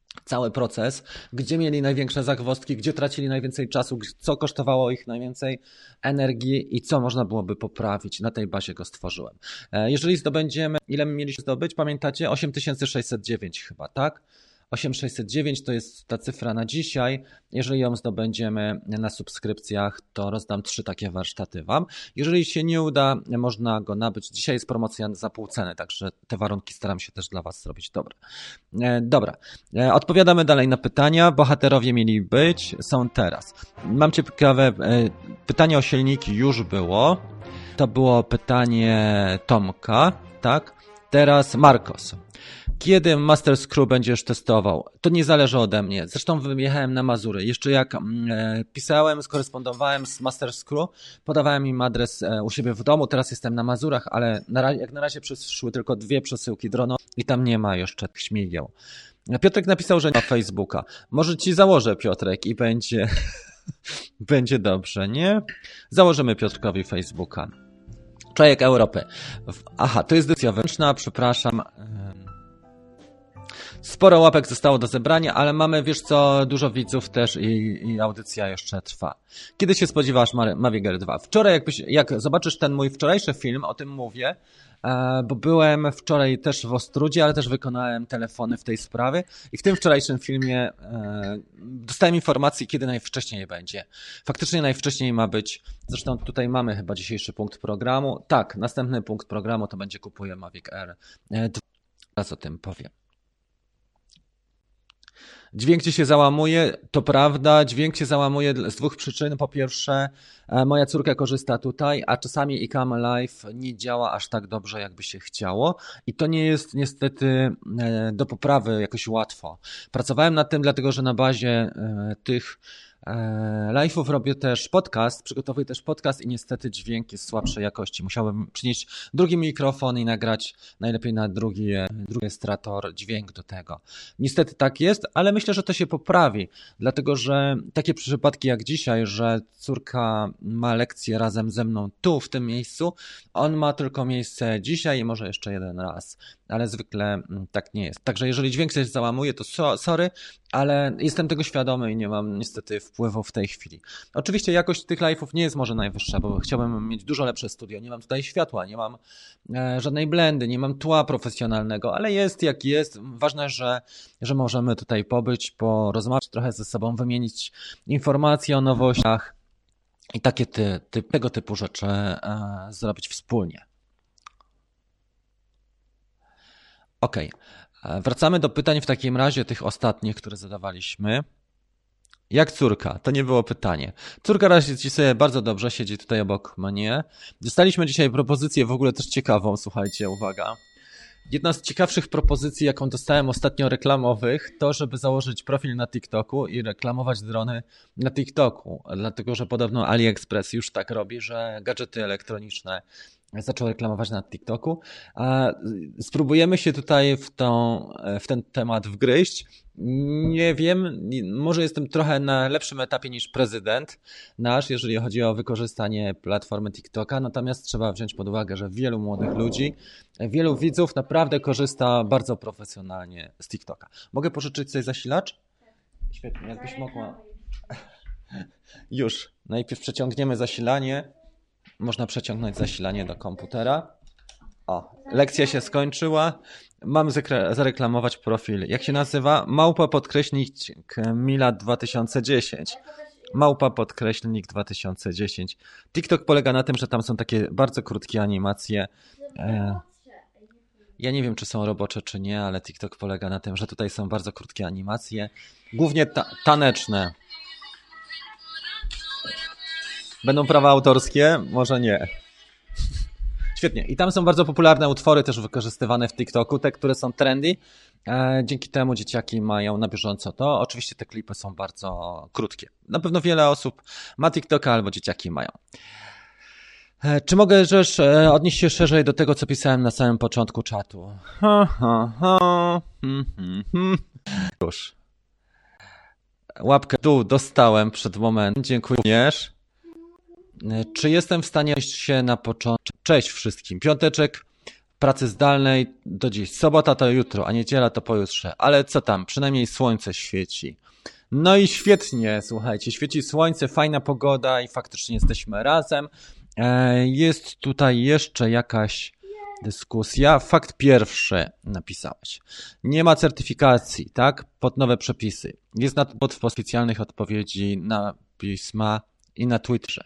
cały proces, gdzie mieli największe zagwozdki, gdzie tracili najwięcej czasu, co kosztowało ich najwięcej energii i co można byłoby poprawić. Na tej bazie go stworzyłem. Jeżeli zdobędziemy, ile my mieliśmy zdobyć? Pamiętacie? 8609 chyba, tak? 8609 to jest ta cyfra na dzisiaj. Jeżeli ją zdobędziemy na subskrypcjach, to rozdam 3 takie warsztaty Wam. Jeżeli się nie uda, można go nabyć. Dzisiaj jest promocja za pół ceny, także te warunki staram się też dla Was zrobić dobre. Dobra, odpowiadamy dalej na pytania. Bohaterowie mieli być, są teraz. Mam ciekawe pytanie o silniki już było. To było pytanie Tomka, tak? Teraz Marcos. Kiedy Master Screw będziesz testował? To nie zależy ode mnie. Zresztą wyjechałem na Mazury. Jeszcze jak pisałem, skorespondowałem z Master Screw, podawałem im adres u siebie w domu. Teraz jestem na Mazurach, ale jak na razie przyszły tylko 2 przesyłki droną i tam nie ma jeszcze śmigieł. Piotrek napisał, że nie ma Facebooka. Może ci założę, Piotrek, i będzie, będzie dobrze, nie? Założymy Piotrkowi Facebooka. Człowiek Europy. Aha, to jest decyzja wewnętrzna, przepraszam. Sporo łapek zostało do zebrania, ale mamy, wiesz co, dużo widzów też i audycja jeszcze trwa. Kiedy się spodziewasz Mavic Air 2? Wczoraj, jak zobaczysz ten mój wczorajszy film, o tym mówię, bo byłem wczoraj też w Ostródzie, ale też wykonałem telefony w tej sprawie i w tym wczorajszym filmie dostałem informację, kiedy najwcześniej będzie. Faktycznie najwcześniej ma być, zresztą tutaj mamy chyba dzisiejszy punkt programu. Tak, następny punkt programu to będzie kupuję Mavic Air 2. Teraz o tym powiem. Dźwięk ci się załamuje, to prawda, dźwięk się załamuje z 2 przyczyn. Po pierwsze, moja córka korzysta tutaj, a czasami iCam Live nie działa aż tak dobrze, jakby się chciało i to nie jest niestety do poprawy jakoś łatwo. Pracowałem nad tym, dlatego że na bazie tych live'ów robię też podcast, przygotowuję też podcast i niestety dźwięk jest słabszej jakości. Musiałem przynieść drugi mikrofon i nagrać najlepiej na drugi rejestrator dźwięk do tego. Niestety tak jest, ale myślę, że to się poprawi, dlatego że takie przypadki jak dzisiaj, że córka ma lekcję razem ze mną tu, w tym miejscu, on ma tylko miejsce dzisiaj i może jeszcze jeden raz, ale zwykle tak nie jest. Także jeżeli dźwięk się załamuje, to sorry, ale jestem tego świadomy i nie mam niestety wpływu w tej chwili. Oczywiście jakość tych live'ów nie jest może najwyższa, bo chciałbym mieć dużo lepsze studio. Nie mam tutaj światła, nie mam żadnej blendy, nie mam tła profesjonalnego, ale jest jak jest. Ważne, że możemy tutaj pobyć, porozmawiać trochę ze sobą, wymienić informacje o nowościach i takie tego typu rzeczy zrobić wspólnie. Okej. Wracamy do pytań w takim razie tych ostatnich, które zadawaliśmy. Jak córka? To nie było pytanie. Córka radzi sobie bardzo dobrze, siedzi tutaj obok mnie. Dostaliśmy dzisiaj propozycję w ogóle też ciekawą, słuchajcie, uwaga. Jedna z ciekawszych propozycji, jaką dostałem ostatnio reklamowych, to żeby założyć profil na TikToku i reklamować drony na TikToku. Dlatego, że podobno AliExpress już tak robi, że gadżety elektroniczne zaczął reklamować na TikToku. Spróbujemy się tutaj w ten temat wgryźć. Nie wiem, może jestem trochę na lepszym etapie niż prezydent nasz, jeżeli chodzi o wykorzystanie platformy TikToka, natomiast trzeba wziąć pod uwagę, że wielu młodych ludzi, wielu widzów naprawdę korzysta bardzo profesjonalnie z TikToka. Mogę pożyczyć sobie zasilacz? Świetnie, jakbyś mogła. Już, najpierw przeciągniemy zasilanie. Można przeciągnąć zasilanie do komputera. O, lekcja się skończyła. Mam zareklamować profil. Jak się nazywa? _Milat 2010. _2010. TikTok polega na tym, że tam są takie bardzo krótkie animacje. Ja nie wiem, czy są robocze, czy nie, ale TikTok polega na tym, że tutaj są bardzo krótkie animacje. Głównie taneczne. Będą prawa autorskie? Może nie. Świetnie. I tam są bardzo popularne utwory też wykorzystywane w TikToku, te, które są trendy. Dzięki temu dzieciaki mają na bieżąco to. Oczywiście te klipy są bardzo krótkie. Na pewno wiele osób ma TikToka albo dzieciaki mają. Czy mogę rzecz odnieść się szerzej do tego, co pisałem na samym początku czatu? Już. Łapkę w dół dostałem przed momentem. Dziękuję również. Czy jestem w stanie się na początku? Cześć wszystkim. Piąteczek pracy zdalnej do dziś. Sobota to jutro, a niedziela to pojutrze. Ale co tam, przynajmniej słońce świeci. No i świetnie, słuchajcie, świeci słońce, fajna pogoda i faktycznie jesteśmy razem. Jest tutaj jeszcze jakaś dyskusja. Fakt pierwszy napisałeś. Nie ma certyfikacji, tak? Pod nowe przepisy. Jest na to w oficjalnych odpowiedzi na pisma i na Twitterze.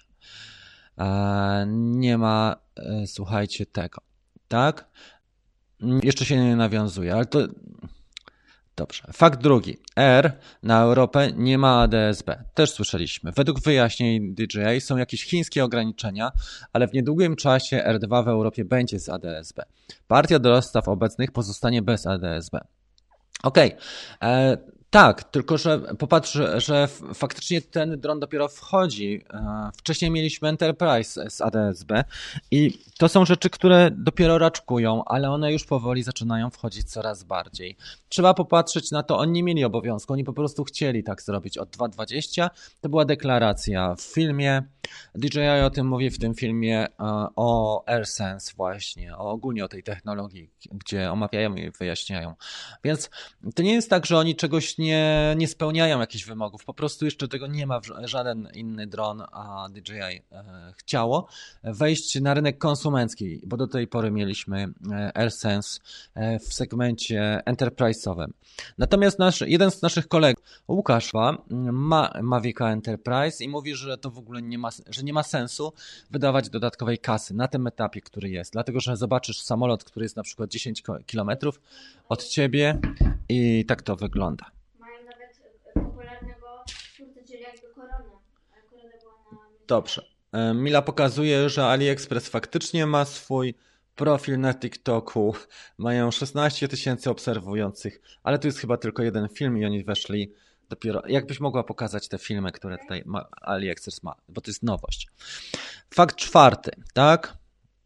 Nie ma, słuchajcie, tego, tak? Jeszcze się nie nawiązuje, ale to... Dobrze. Fakt drugi. R na Europę nie ma ADS-B. Też słyszeliśmy. Według wyjaśnień DJI są jakieś chińskie ograniczenia, ale w niedługim czasie R2 w Europie będzie z ADS-B. Partia dostaw obecnych pozostanie bez ADS-B. Okej. Tak, tylko że popatrz, że faktycznie ten dron dopiero wchodzi. Wcześniej mieliśmy Enterprise z ADS-B i to są rzeczy, które dopiero raczkują, ale one już powoli zaczynają wchodzić coraz bardziej. Trzeba popatrzeć na to, oni nie mieli obowiązku, oni po prostu chcieli tak zrobić. Od 2.20 to była deklaracja w filmie, DJI o tym mówi w tym filmie o AirSense właśnie, ogólnie o tej technologii, gdzie omawiają i wyjaśniają. Więc to nie jest tak, że oni czegoś nie spełniają jakichś wymogów, po prostu jeszcze tego nie ma żaden inny dron, a DJI chciało wejść na rynek konsumencki, bo do tej pory mieliśmy AirSense w segmencie enterprise'owym. Natomiast jeden z naszych kolegów, Łukasz, ma Mavica Enterprise i mówi, że to w ogóle nie ma sensu wydawać dodatkowej kasy na tym etapie, który jest, dlatego że zobaczysz samolot, który jest na przykład 10 km od ciebie i tak to wygląda. Mają nawet popularnego twórcę, czyli jakby koronę. Korona była na... Dobrze. Mila pokazuje, że AliExpress faktycznie ma swój profil na TikToku. Mają 16 000 obserwujących, ale tu jest chyba tylko jeden film i oni weszli dopiero. Jakbyś mogła pokazać te filmy, które tutaj AliExpress ma, bo to jest nowość. Fakt czwarty, tak?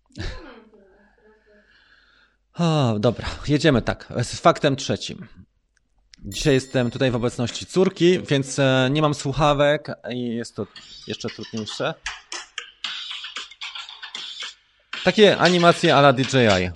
Dobra, jedziemy tak. Z faktem trzecim. Dzisiaj jestem tutaj w obecności córki, więc nie mam słuchawek i jest to jeszcze trudniejsze. Takie animacje a la DJI.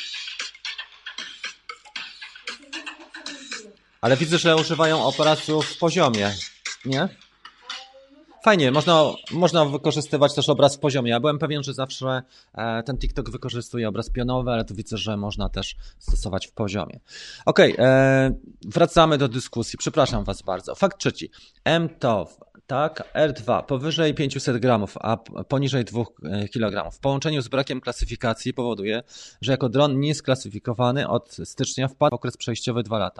Ale widzę, że używają operacji w poziomie, nie? Fajnie, można wykorzystywać też obraz w poziomie. Ja byłem pewien, że zawsze ten TikTok wykorzystuje obraz pionowy, ale tu widzę, że można też stosować w poziomie. Okej, wracamy do dyskusji. Przepraszam Was bardzo. Fakt trzeci. MTOW, tak, R2 powyżej 500 gramów, a poniżej 2 kg w połączeniu z brakiem klasyfikacji powoduje, że jako dron nie jest klasyfikowany od stycznia wpadł w okres przejściowy 2 lata.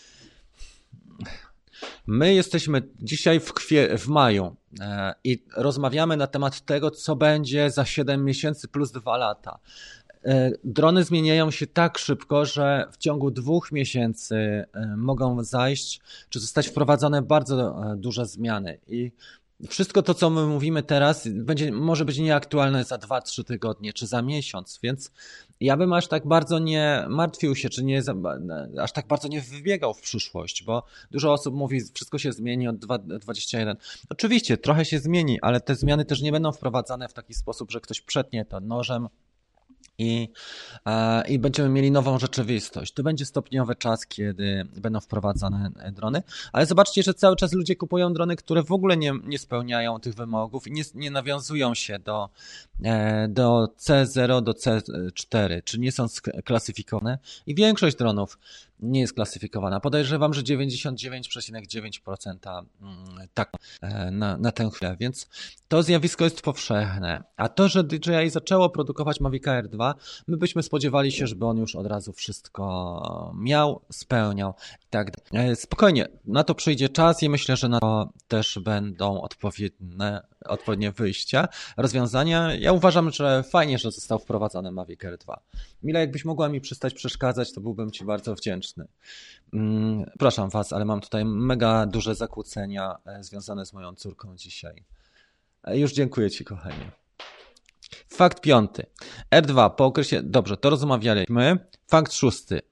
My jesteśmy dzisiaj w maju i rozmawiamy na temat tego, co będzie za 7 miesięcy plus 2 lata. Drony zmieniają się tak szybko, że w ciągu 2 miesięcy mogą zajść, czy zostać wprowadzone bardzo duże zmiany i wszystko to, co my mówimy teraz, może być nieaktualne za 2-3 tygodnie, czy za miesiąc, więc ja bym aż tak bardzo nie martwił się, czy nie, aż tak bardzo nie wybiegał w przyszłość, bo dużo osób mówi, wszystko się zmieni od 2021. Oczywiście, trochę się zmieni, ale te zmiany też nie będą wprowadzane w taki sposób, że ktoś przetnie to nożem i będziemy mieli nową rzeczywistość. To będzie stopniowy czas, kiedy będą wprowadzane drony, ale zobaczcie, że cały czas ludzie kupują drony, które w ogóle nie spełniają tych wymogów i nie nawiązują się do C0, do C4, czy nie są sklasyfikowane i większość dronów nie jest klasyfikowana. Podejrzewam, że 99,9% tak na tę chwilę, więc to zjawisko jest powszechne. A to, że DJI zaczęło produkować Mavica R2, my byśmy spodziewali się, żeby on już od razu wszystko miał, spełniał i tak dalej. Spokojnie, na to przyjdzie czas i myślę, że na to też będą odpowiednie wyjścia, rozwiązania. Ja uważam, że fajnie, że został wprowadzony Mavic R2. Mila, jakbyś mogła mi przestać przeszkadzać, to byłbym Ci bardzo wdzięczny. Przepraszam Was, ale mam tutaj mega duże zakłócenia związane z moją córką dzisiaj. Już dziękuję Ci, kochanie. Fakt piąty. R2 po okresie... Dobrze, to rozmawialiśmy. Fakt szósty.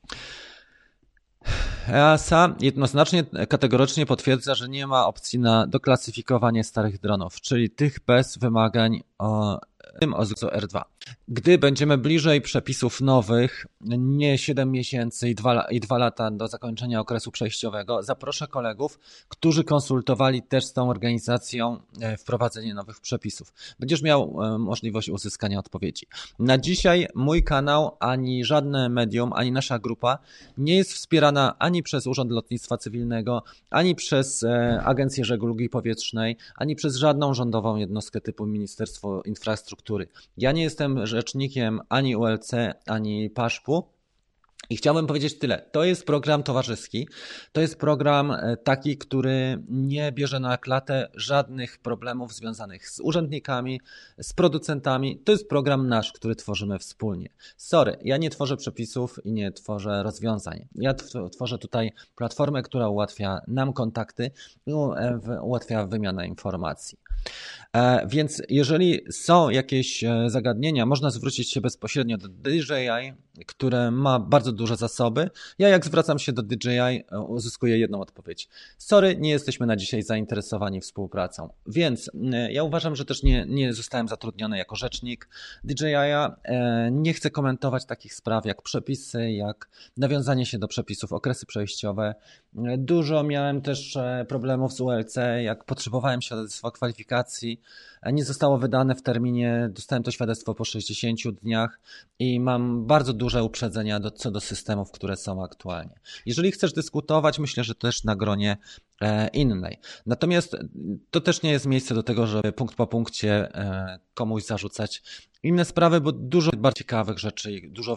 EASA jednoznacznie, kategorycznie potwierdza, że nie ma opcji na doklasyfikowanie starych dronów, czyli tych bez wymagań o R2. Gdy będziemy bliżej przepisów nowych, nie 7 miesięcy i 2 lata do zakończenia okresu przejściowego, zaproszę kolegów, którzy konsultowali też z tą organizacją wprowadzenie nowych przepisów. Będziesz miał możliwość uzyskania odpowiedzi. Na dzisiaj mój kanał, ani żadne medium, ani nasza grupa nie jest wspierana ani przez Urząd Lotnictwa Cywilnego, ani przez Agencję Żeglugi Powietrznej, ani przez żadną rządową jednostkę typu Ministerstwo Infrastruktury. Ja nie jestem rzecznikiem ani ULC, ani PAŻP-u. I chciałbym powiedzieć tyle. To jest program towarzyski. To jest program taki, który nie bierze na klatę żadnych problemów związanych z urzędnikami, z producentami. To jest program nasz, który tworzymy wspólnie. Sorry, ja nie tworzę przepisów i nie tworzę rozwiązań. Ja tworzę tutaj platformę, która ułatwia nam kontakty i ułatwia wymianę informacji. Więc jeżeli są jakieś zagadnienia, można zwrócić się bezpośrednio do DJI, które ma bardzo duże zasoby. Ja jak zwracam się do DJI, uzyskuję jedną odpowiedź. Sorry, nie jesteśmy na dzisiaj zainteresowani współpracą. Więc ja uważam, że też nie zostałem zatrudniony jako rzecznik DJI. Nie chcę komentować takich spraw jak przepisy, jak nawiązanie się do przepisów, okresy przejściowe. Dużo miałem też problemów z ULC, jak potrzebowałem świadectwa kwalifikacji. Nie zostało wydane w terminie, dostałem to świadectwo po 60 dniach i mam bardzo duże uprzedzenia co do systemów, które są aktualnie. Jeżeli chcesz dyskutować, myślę, że też na gronie innej. Natomiast to też nie jest miejsce do tego, żeby punkt po punkcie komuś zarzucać inne sprawy, bo dużo bardziej ciekawych rzeczy, dużo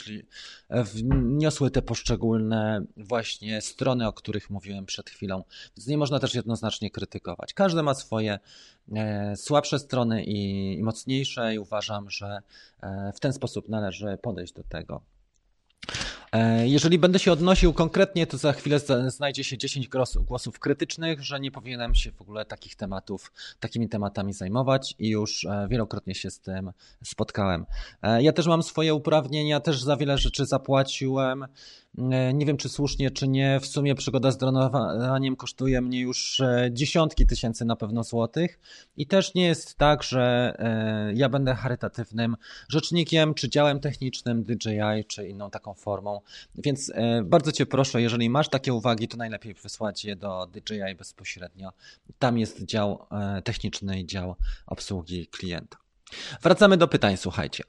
wniosły te poszczególne właśnie strony, o których mówiłem przed chwilą. Więc nie można też jednoznacznie krytykować. Każdy ma swoje słabsze strony i mocniejsze i uważam, że w ten sposób należy podejść do tego. Jeżeli będę się odnosił konkretnie, to za chwilę znajdzie się 10 głosów krytycznych, że nie powinienem się w ogóle takimi tematami zajmować i już wielokrotnie się z tym spotkałem. Ja też mam swoje uprawnienia, też za wiele rzeczy zapłaciłem. Nie wiem, czy słusznie, czy nie. W sumie przygoda z dronowaniem kosztuje mnie już dziesiątki tysięcy na pewno złotych i też nie jest tak, że ja będę charytatywnym rzecznikiem, czy działem technicznym DJI, czy inną taką formą. Więc bardzo Cię proszę, jeżeli masz takie uwagi, to najlepiej wysłać je do DJI bezpośrednio. Tam jest dział techniczny i dział obsługi klienta. Wracamy do pytań, słuchajcie.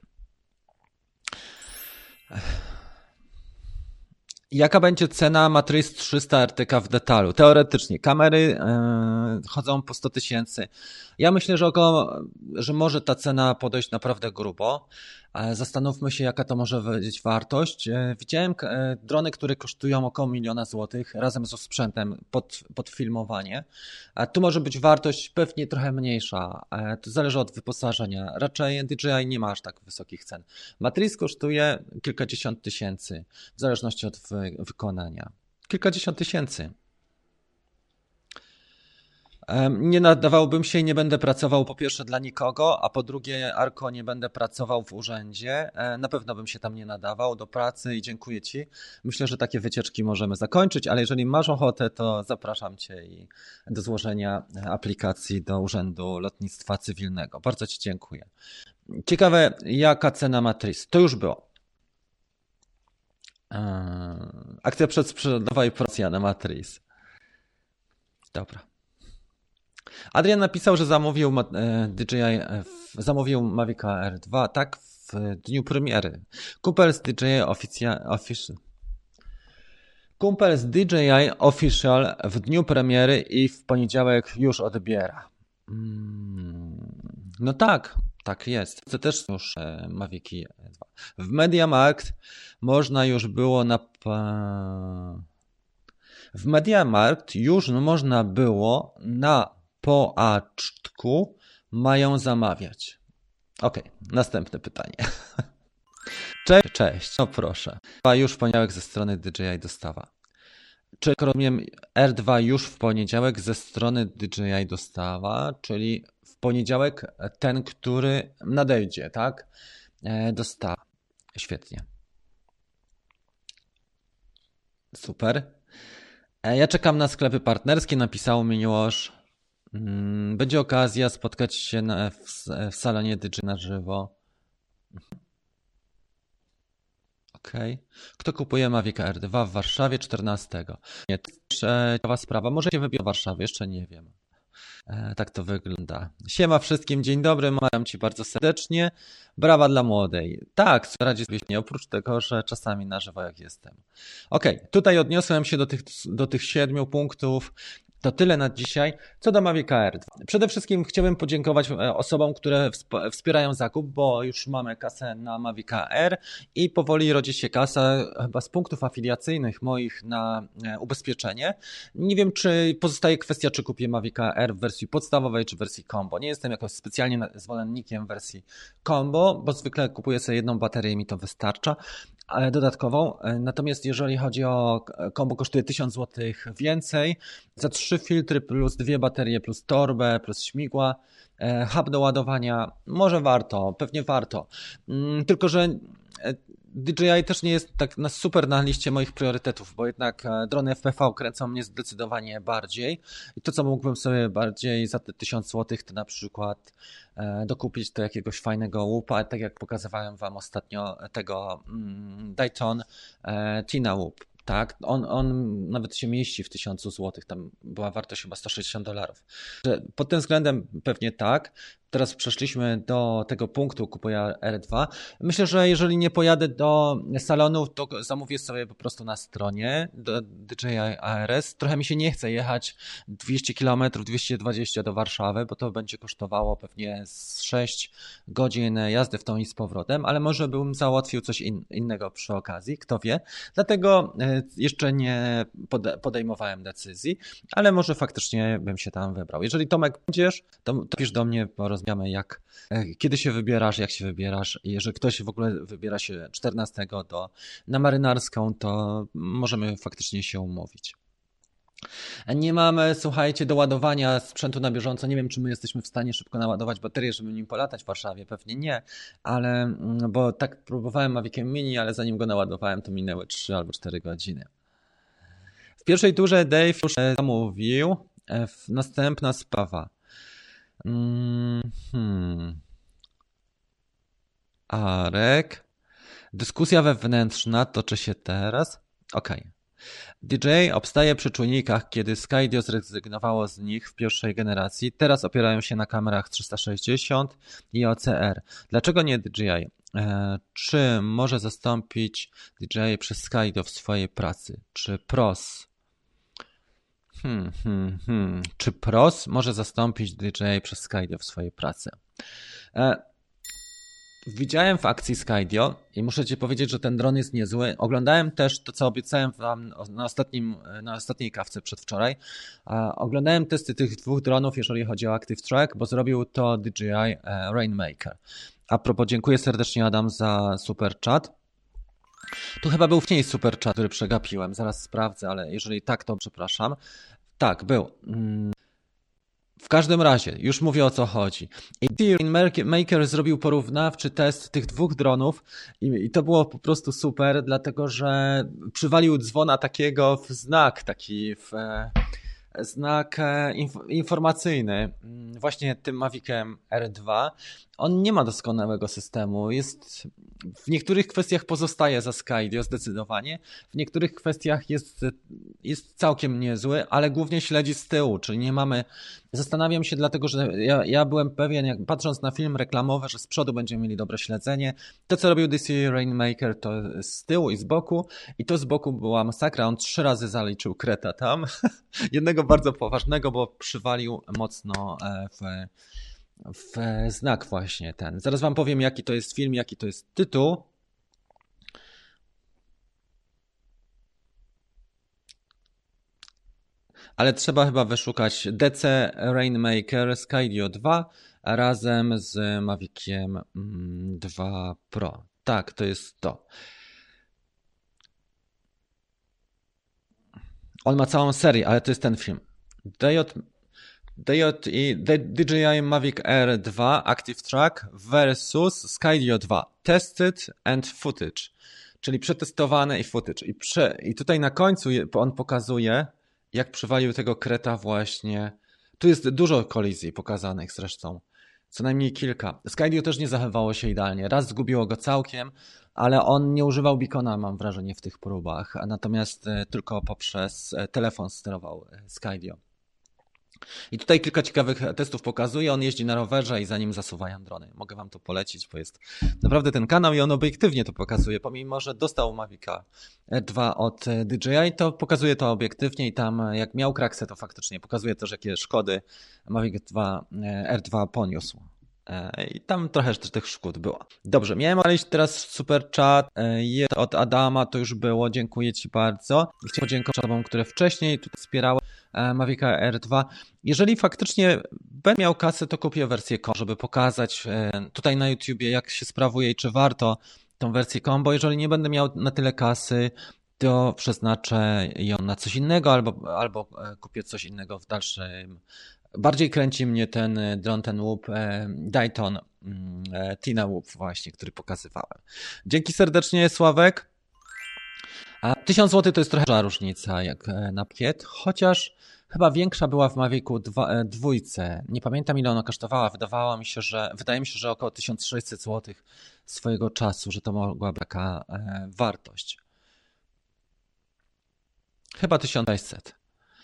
Jaka będzie cena Matrice 300 RTK w detalu? Teoretycznie kamery chodzą po 100 tysięcy. Ja myślę, że może ta cena podejść naprawdę grubo. Zastanówmy się, jaka to może być wartość. Widziałem drony, które kosztują około 1 000 000 złotych razem ze sprzętem pod filmowanie. Tu może być wartość pewnie trochę mniejsza. To zależy od wyposażenia. Raczej DJI nie ma aż tak wysokich cen. Matrice kosztuje kilkadziesiąt tysięcy w zależności od wykonania. Kilkadziesiąt tysięcy. Nie nadawałbym się i nie będę pracował po pierwsze dla nikogo, a po drugie Arko nie będę pracował w urzędzie. Na pewno bym się tam nie nadawał do pracy i dziękuję Ci. Myślę, że takie wycieczki możemy zakończyć, ale jeżeli masz ochotę, to zapraszam Cię do złożenia aplikacji do Urzędu Lotnictwa Cywilnego. Bardzo Ci dziękuję. Ciekawe, jaka cena Matrice? To już było. Akcja przedsprzedażowa i promocja na Matrice. Dobra. Adrian napisał, że zamówił Mavic Air 2, tak, w dniu premiery. Kumpel z DJI Official w dniu premiery i w poniedziałek już odbiera. No tak jest. To też już Mavic 2. W MediaMarkt można już było W MediaMarkt już można było na pocztku mają zamawiać. Okej, następne pytanie. Cześć, no proszę. Już w poniedziałek ze strony DJI dostawa. Czy rozumiem R2 już w poniedziałek ze strony DJI dostawa, czyli w poniedziałek ten, który nadejdzie, tak? Dostawa. Świetnie. Super. Ja czekam na sklepy partnerskie, napisało mi już. Będzie okazja spotkać się w salonie DJI na żywo. Okej. Kto kupuje Mavica R2 w Warszawie 14? Nie, to jest ciekawa sprawa. Może się wybiorę do Warszawy, jeszcze nie wiem. Tak to wygląda. Siema wszystkim, dzień dobry, mawiam Ci bardzo serdecznie. Brawa dla młodej. Tak, radzi sobie nie, oprócz tego, że czasami na żywo jak jestem. Okej, tutaj odniosłem się do tych 7 punktów. To tyle na dzisiaj. Co do Mavica R2. Przede wszystkim chciałbym podziękować osobom, które wspierają zakup, bo już mamy kasę na Mavica R i powoli rodzi się kasa chyba z punktów afiliacyjnych moich na ubezpieczenie. Nie wiem, czy pozostaje kwestia, czy kupię Mavica R w wersji podstawowej, czy w wersji combo. Nie jestem jakoś specjalnie zwolennikiem wersji combo, bo zwykle kupuję sobie jedną baterię i mi to wystarcza. Dodatkową. Natomiast jeżeli chodzi o combo, kosztuje 1000 zł więcej za 3 filtry plus 2 baterie plus torbę plus śmigła, hub do ładowania. Może warto, pewnie warto. Tylko że DJI też nie jest tak super na liście moich priorytetów, bo jednak drony FPV kręcą mnie zdecydowanie bardziej i to, co mógłbym sobie bardziej za te 1000 zł, to na przykład dokupić to jakiegoś fajnego łupa, tak jak pokazywałem Wam ostatnio tego Dayton Tina łup. Tak, on nawet się mieści w 1000 zł, tam była wartość chyba $160. Pod tym względem pewnie tak. Teraz przeszliśmy do tego punktu, kupuję R2. Myślę, że jeżeli nie pojadę do salonu, to zamówię sobie po prostu na stronie do DJI ARS. Trochę mi się nie chce jechać 200 km, 220 do Warszawy, bo to będzie kosztowało pewnie z 6 godzin jazdy w tą i z powrotem, ale może bym załatwił coś innego przy okazji, kto wie. Dlatego jeszcze nie podejmowałem decyzji, ale może faktycznie bym się tam wybrał. Jeżeli Tomek będziesz, to pisz do mnie, porozmawiamy kiedy się wybierasz, jak się wybierasz. Jeżeli ktoś w ogóle wybiera się 14 na Marynarską, to możemy faktycznie się umówić. Nie mamy, słuchajcie, do ładowania sprzętu na bieżąco. Nie wiem, czy my jesteśmy w stanie szybko naładować baterię, żeby nim polatać w Warszawie. Pewnie nie, ale bo tak próbowałem Maviciem Mini, ale zanim go naładowałem, to minęły 3 albo 4 godziny. W pierwszej turze Dave już zamówił. Następna sprawa. Arek. Dyskusja wewnętrzna toczy się teraz. Okej. DJI obstaje przy czujnikach, kiedy Skydio zrezygnowało z nich w pierwszej generacji. Teraz opierają się na kamerach 360 i OCR. Dlaczego nie DJI? Czy może zastąpić DJI przez Skydio w swojej pracy? Czy PROS? Czy PROS może zastąpić DJI przez Skydio w swojej pracy? Widziałem w akcji Skydio i muszę Ci powiedzieć, że ten dron jest niezły. Oglądałem też to, co obiecałem Wam na ostatniej kawce przedwczoraj. Oglądałem testy tych 2 dronów, jeżeli chodzi o Active Track, bo zrobił to DJI Rainmaker. A propos, dziękuję serdecznie Adam za super chat. Tu chyba był wcześniej super chat, który przegapiłem. Zaraz sprawdzę, ale jeżeli tak, to przepraszam. Tak, był. W każdym razie, już mówię o co chodzi. Rainmaker zrobił porównawczy test tych 2 dronów i to było po prostu super, dlatego że przywalił dzwona takiego w znak, znak informacyjny właśnie tym Maviciem R2. On nie ma doskonałego systemu. W niektórych kwestiach pozostaje za Skydio zdecydowanie. W niektórych kwestiach jest całkiem niezły, ale głównie śledzi z tyłu, czyli nie mamy... Zastanawiam się dlatego, że ja byłem pewien, jak patrząc na film reklamowy, że z przodu będziemy mieli dobre śledzenie. To, co robił DJI Rainmaker, to z tyłu i z boku. I to z boku była masakra. On 3 razy zaliczył kreta tam. Jednego bardzo poważnego, bo przywalił mocno w znak właśnie ten. Zaraz Wam powiem, jaki to jest film, jaki to jest tytuł. Ale trzeba chyba wyszukać DC Rainmaker Skydio 2 razem z Maviciem 2 Pro. Tak, to jest to. On ma całą serię, ale to jest ten film. DJI Mavic Air 2 Active Track versus Skydio 2 Tested and Footage, czyli przetestowane i footage. I tutaj na końcu on pokazuje, jak przywalił tego kreta właśnie. Tu jest dużo kolizji pokazanych zresztą. Co najmniej kilka. Skydio też nie zachowywało się idealnie. Raz zgubiło go całkiem, ale on nie używał beacona, mam wrażenie, w tych próbach, a natomiast tylko poprzez telefon sterował Skydio. I tutaj kilka ciekawych testów pokazuje. On jeździ na rowerze i za nim zasuwają drony. Mogę wam to polecić, bo jest naprawdę ten kanał i on obiektywnie to pokazuje. Pomimo, że dostał Mavica R2 od DJI, to pokazuje to obiektywnie i tam jak miał kraksę, to faktycznie pokazuje też, jakie szkody Mavic R2 poniósł. I tam trochę tych szkód było. Dobrze, miałem odpalić teraz super chat. Jest od Adama, to już było. Dziękuję ci bardzo. Chciałem podziękować osobom, które wcześniej tutaj wspierały Mavica R2. Jeżeli faktycznie będę miał kasę, to kupię wersję combo, żeby pokazać tutaj na YouTubie, jak się sprawuje i czy warto tą wersję combo. Jeżeli nie będę miał na tyle kasy, to przeznaczę ją na coś innego albo kupię coś innego w dalszym. Bardziej kręci mnie ten dron, ten łup Dayton Tina Łup właśnie, który pokazywałem. Dzięki serdecznie, Sławek. A 1000 zł to jest trochę duża różnica jak na pakiet, chociaż chyba większa była w Mavicu 2. Nie pamiętam, ile ona kosztowała. Wydaje mi się, że około 1600 zł swojego czasu, że to mogła być taka wartość. Chyba 1600.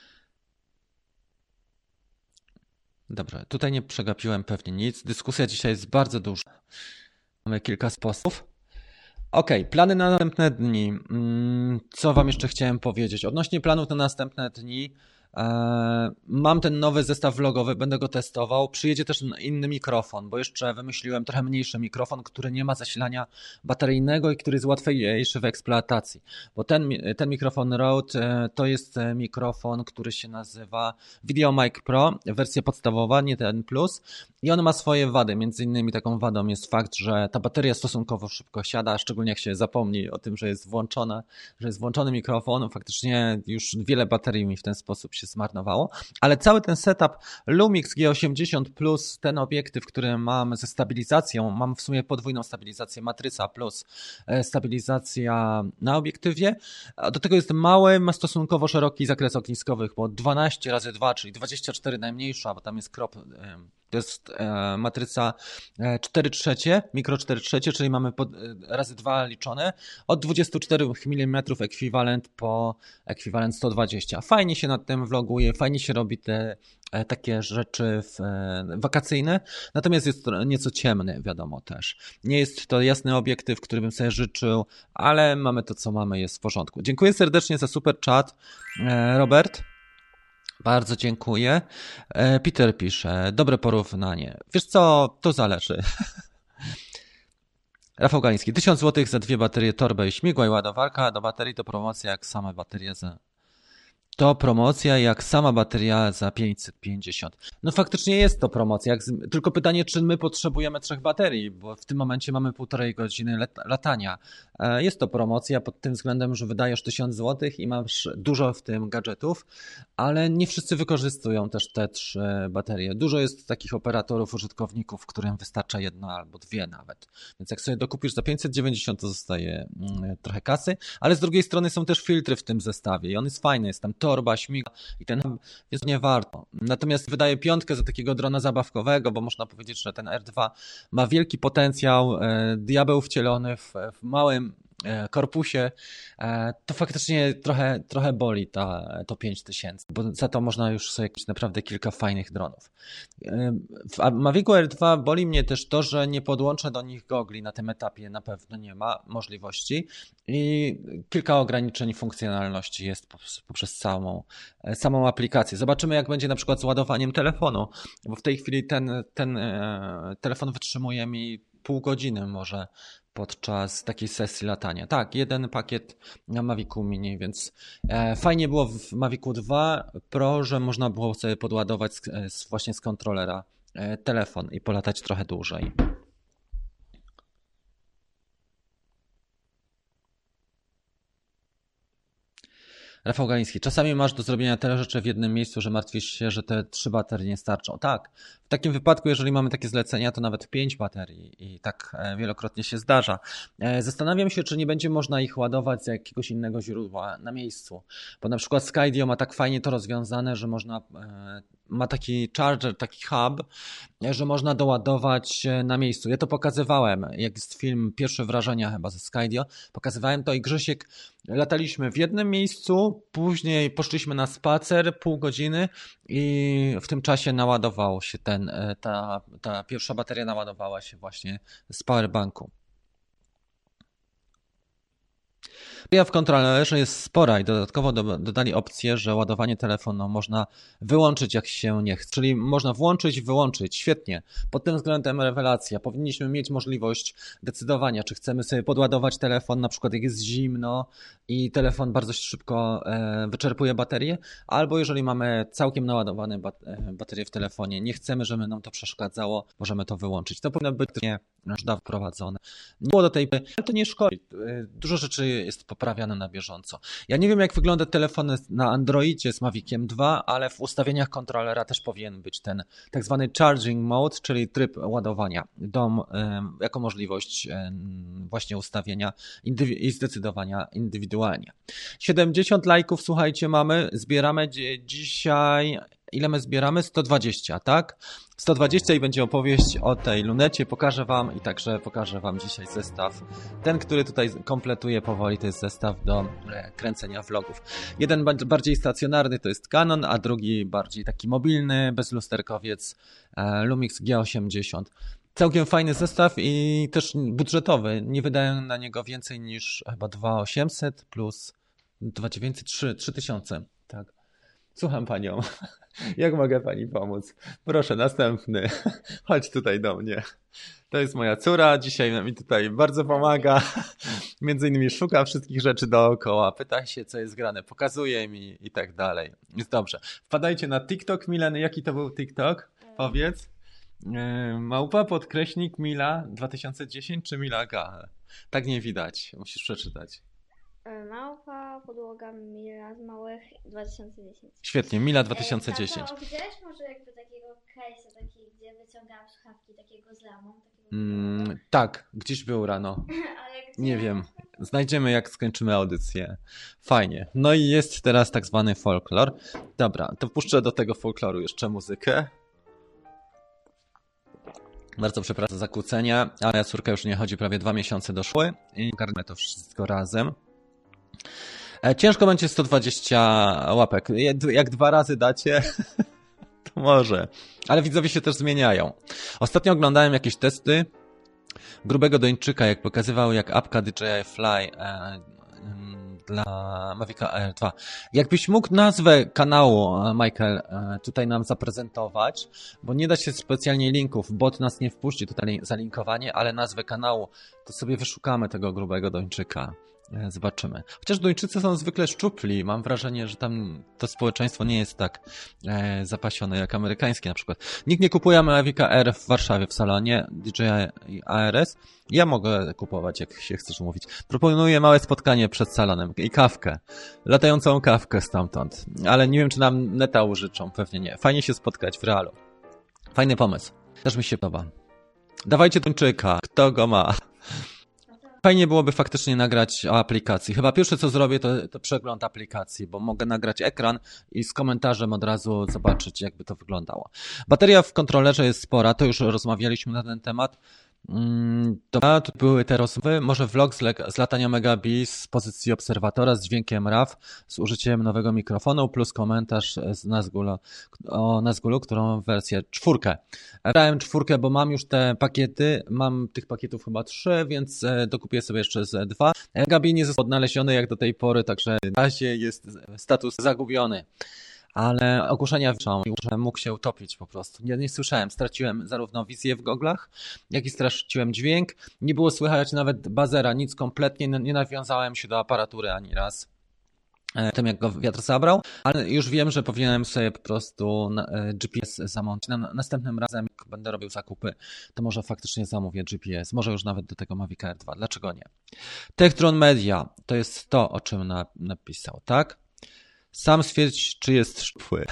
Dobrze, tutaj nie przegapiłem pewnie nic. Dyskusja dzisiaj jest bardzo duża. Mamy kilka sposobów. Plany na następne dni. Co wam jeszcze chciałem powiedzieć? Odnośnie planów na następne dni, mam ten nowy zestaw vlogowy, będę go testował. Przyjedzie też inny mikrofon, bo jeszcze wymyśliłem trochę mniejszy mikrofon, który nie ma zasilania bateryjnego i który jest łatwiejszy w eksploatacji. Bo ten mikrofon Rode to jest mikrofon, który się nazywa VideoMic Pro, wersja podstawowa, nie ten Plus. I on ma swoje wady. Między innymi taką wadą jest fakt, że ta bateria stosunkowo szybko siada, szczególnie jak się zapomni o tym, że jest włączony mikrofon. Faktycznie już wiele baterii mi w ten sposób się zmarnowało. Ale cały ten setup Lumix G80 plus ten obiektyw, który mam ze stabilizacją, mam w sumie podwójną stabilizację matryca plus stabilizacja na obiektywie. A do tego jest mały, ma stosunkowo szeroki zakres ogniskowych, bo 12x2, czyli 24 najmniejsza, bo tam jest crop. To jest matryca 4/3, mikro 4/3, czyli mamy razy 2 liczone. Od 24 mm ekwiwalent 120. Fajnie się nad tym vloguje, fajnie się robi te takie rzeczy wakacyjne, natomiast jest to nieco ciemny, wiadomo też. Nie jest to jasny obiektyw, który bym sobie życzył, ale mamy to, co mamy, jest w porządku. Dziękuję serdecznie za super chat, Robert. Bardzo dziękuję. Peter pisze, dobre porównanie. Wiesz co, to zależy. Rafał Galiński, 1000 zł za 2 baterie, torbę i śmigła i ładowarka do baterii to promocja jak sama bateria za 550. No faktycznie jest to promocja, tylko pytanie, czy my potrzebujemy 3 baterii, bo w tym momencie mamy 1,5 godziny latania. Jest to promocja pod tym względem, że wydajesz 1000 zł i masz dużo w tym gadżetów, ale nie wszyscy wykorzystują też te 3 baterie. Dużo jest takich operatorów, użytkowników, którym wystarcza 1 albo 2 nawet. Więc jak sobie dokupisz za 590, to zostaje trochę kasy, ale z drugiej strony są też filtry w tym zestawie i on jest fajny, jest tam torba, śmiga i ten jest nie warto. Natomiast wydaje 5 za takiego drona zabawkowego, bo można powiedzieć, że ten R2 ma wielki potencjał, diabeł wcielony w małym korpusie, to faktycznie trochę boli to 5000, bo za to można już sobie kupić naprawdę kilka fajnych dronów. W Mavicu R2 boli mnie też to, że nie podłączę do nich gogli na tym etapie, na pewno nie ma możliwości i kilka ograniczeń funkcjonalności jest poprzez samą aplikację. Zobaczymy, jak będzie na przykład z ładowaniem telefonu, bo w tej chwili ten telefon wytrzymuje mi pół godziny może podczas takiej sesji latania. Tak, 1 pakiet na Mavicu Mini, więc fajnie było w Mavicu 2 Pro, że można było sobie podładować właśnie z kontrolera telefon i polatać trochę dłużej. Rafał Galiński, czasami masz do zrobienia tyle rzeczy w jednym miejscu, że martwisz się, że te 3 baterie nie starczą. Tak, w takim wypadku, jeżeli mamy takie zlecenia, to nawet 5 baterii i tak wielokrotnie się zdarza. Zastanawiam się, czy nie będzie można ich ładować z jakiegoś innego źródła na miejscu, bo na przykład Skydio ma tak fajnie to rozwiązane, że można ma taki charger, taki hub, że można doładować na miejscu. Ja to pokazywałem, jak jest film Pierwsze wrażenia chyba ze Skydio, pokazywałem to i Grzesiek, lataliśmy w jednym miejscu, później poszliśmy na spacer pół godziny i w tym czasie naładowało się ta pierwsza bateria naładowała się właśnie z powerbanku. Bateria w kontrolerze jest spora i dodatkowo dodali opcję, że ładowanie telefonu można wyłączyć jak się nie chce. Czyli można włączyć i wyłączyć. Świetnie. Pod tym względem rewelacja. Powinniśmy mieć możliwość decydowania, czy chcemy sobie podładować telefon, na przykład jak jest zimno i telefon bardzo szybko wyczerpuje baterię, albo jeżeli mamy całkiem naładowane baterie w telefonie, nie chcemy, żeby nam to przeszkadzało, możemy to wyłączyć. To powinno być wprowadzone. Nie było do tej pory, ale to nie szkodzi. Dużo rzeczy jest poprawiane na bieżąco. Ja nie wiem, jak wygląda telefon na Androidzie z Maviciem 2, ale w ustawieniach kontrolera też powinien być ten tak zwany charging mode, czyli tryb ładowania jako możliwość właśnie ustawienia i zdecydowania indywidualnie. 70 lajków, słuchajcie, zbieramy dzisiaj. Ile my zbieramy? 120, tak? 120 i będzie opowieść o tej lunecie. Pokażę wam i także pokażę wam dzisiaj zestaw. Ten, który tutaj kompletuje powoli, to jest zestaw do kręcenia vlogów. Jeden bardziej stacjonarny to jest Canon, a drugi bardziej taki mobilny, bezlusterkowiec Lumix G80. Całkiem fajny zestaw i też budżetowy. Nie wydają na niego więcej niż chyba 2800 plus 2900, 3000. Tak. Słucham panią. Jak mogę pani pomóc? Proszę, następny. Chodź tutaj do mnie. To jest moja córa. Dzisiaj mi tutaj bardzo pomaga. Między innymi szuka wszystkich rzeczy dookoła. Pyta się, co jest grane. Pokazuje mi i tak dalej. Jest dobrze. Wpadajcie na TikTok Mileny. Jaki to był TikTok? Powiedz. Małpa podkreśnik Mila 2010 czy Mila Gale? Tak nie widać. Musisz przeczytać. Małpa, podłoga Mila z małych 2010. Świetnie, Mila 2010. Tato, widziałeś może jakby takiego case'a, gdzie wyciągałam słuchawki takiego z lamą? Tak, gdzieś był rano. Ale nie wiem. Znajdziemy, jak skończymy audycję. Fajnie. No i jest teraz tak zwany folklor. Dobra, to puszczę do tego folkloru jeszcze muzykę. Bardzo przepraszam za kłócenia, ale córka już nie chodzi prawie 2 miesiące do szkoły i ogarnę to wszystko razem. Ciężko będzie 120 łapek. Jak 2 razy dacie, to może. Ale widzowie się też zmieniają. Ostatnio oglądałem jakieś testy grubego Dończyka, jak pokazywał, jak apka DJI Fly dla Mavica Air 2. Jakbyś mógł nazwę kanału, Michael, tutaj nam zaprezentować, bo nie da się specjalnie linków, bot nas nie wpuści tutaj za linkowanie, ale nazwę kanału, to sobie wyszukamy tego grubego Dończyka. Zobaczymy. Chociaż Duńczycy są zwykle szczupli. Mam wrażenie, że tam to społeczeństwo nie jest tak zapasione jak amerykańskie na przykład. Nikt nie kupuje Mavica Air w Warszawie w salonie DJI ARS. Ja mogę kupować, jak się chcesz umówić. Proponuję małe spotkanie przed salonem i kawkę. Latającą kawkę stamtąd. Ale nie wiem, czy nam neta użyczą. Pewnie nie. Fajnie się spotkać w realu. Fajny pomysł. Też mi się podoba. Dawajcie Duńczyka. Kto go ma? Fajnie byłoby faktycznie nagrać o aplikacji. Chyba pierwsze, co zrobię, to przegląd aplikacji, bo mogę nagrać ekran i z komentarzem od razu zobaczyć, jakby to wyglądało. Bateria w kontrolerze jest spora, to już rozmawialiśmy na ten temat. Dobra, tu były te rozmowy. Może vlog z latania Megabi z pozycji obserwatora z dźwiękiem RAW, z użyciem nowego mikrofonu, plus komentarz o Nazgulu, którą wersję 4. Brałem 4, bo mam już te pakiety, mam tych pakietów chyba 3, więc dokupię sobie jeszcze z 2. Megabi nie został odnaleziony jak do tej pory, także na razie jest status zagubiony. Ale ogłoszenia wiszą, że mógł się utopić po prostu. Nie słyszałem, straciłem zarówno wizję w goglach, jak i straciłem dźwięk. Nie było słychać nawet bazera, nic kompletnie, nie nawiązałem się do aparatury ani raz. Tym jak go wiatr zabrał, ale już wiem, że powinienem sobie po prostu GPS zamontować. Następnym razem, jak będę robił zakupy, to może faktycznie zamówię GPS, może już nawet do tego Mavica Air 2, dlaczego nie? Techtron Media, to jest to, o czym napisał, tak? Sam stwierdź, czy jest szczupły.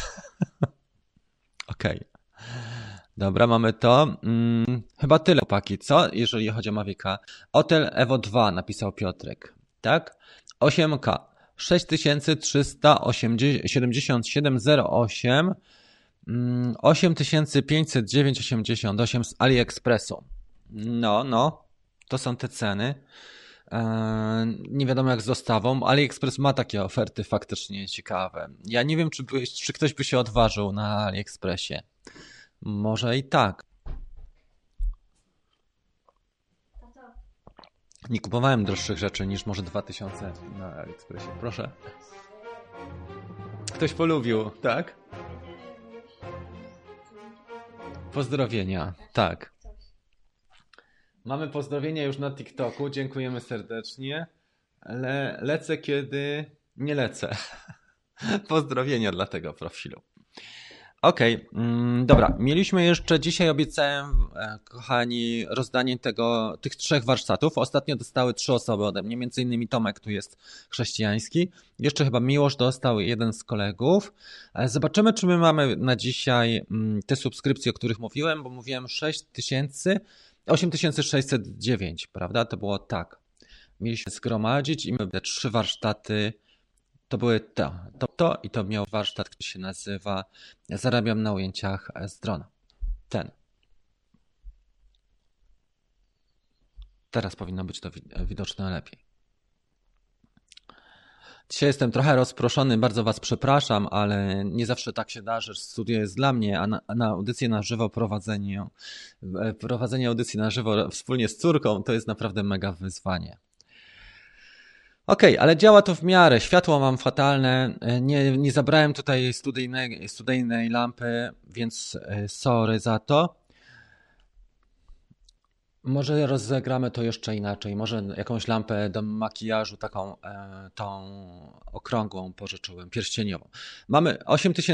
Okej. Dobra, mamy to. Chyba tyle, chłopaki, co? Jeżeli chodzi o Mavica. Otel Evo 2, napisał Piotrek. Tak? 8K. 6377,08. 8509,88 z AliExpressu. No, to są te ceny. Nie wiadomo jak z dostawą. AliExpress ma takie oferty faktycznie ciekawe. Ja nie wiem, czy ktoś by się odważył na AliExpressie. Może i tak. Nie kupowałem droższych rzeczy niż może 2000 na AliExpressie. Proszę. Ktoś polubił, tak? Pozdrowienia, tak. Mamy pozdrowienia już na TikToku, dziękujemy serdecznie. Lecę kiedy nie lecę. Pozdrowienia dla tego profilu. Okej, dobra. Mieliśmy jeszcze, dzisiaj obiecałem, kochani, rozdanie tych 3 warsztatów. Ostatnio dostały 3 osoby ode mnie, między innymi Tomek tu jest chrześcijański. Jeszcze chyba Miłosz dostał, jeden z kolegów. Zobaczymy, czy my mamy na dzisiaj te subskrypcje, o których mówiłem, bo mówiłem 8609, prawda? To było tak. Mieliśmy zgromadzić i my te 3 warsztaty. To były to i to miał warsztat, który się nazywa Zarabiam na ujęciach z drona. Ten. Teraz powinno być to widoczne lepiej. Dzisiaj jestem trochę rozproszony, bardzo Was przepraszam, ale nie zawsze tak się da, że studio jest dla mnie, a na audycję na żywo prowadzenie audycji na żywo wspólnie z córką to jest naprawdę mega wyzwanie. Okej, ale działa to w miarę. Światło mam fatalne. Nie zabrałem tutaj studyjnej lampy, więc sorry za to. Może rozegramy to jeszcze inaczej. Może jakąś lampę do makijażu, taką tą okrągłą pożyczyłem, pierścieniową. Mamy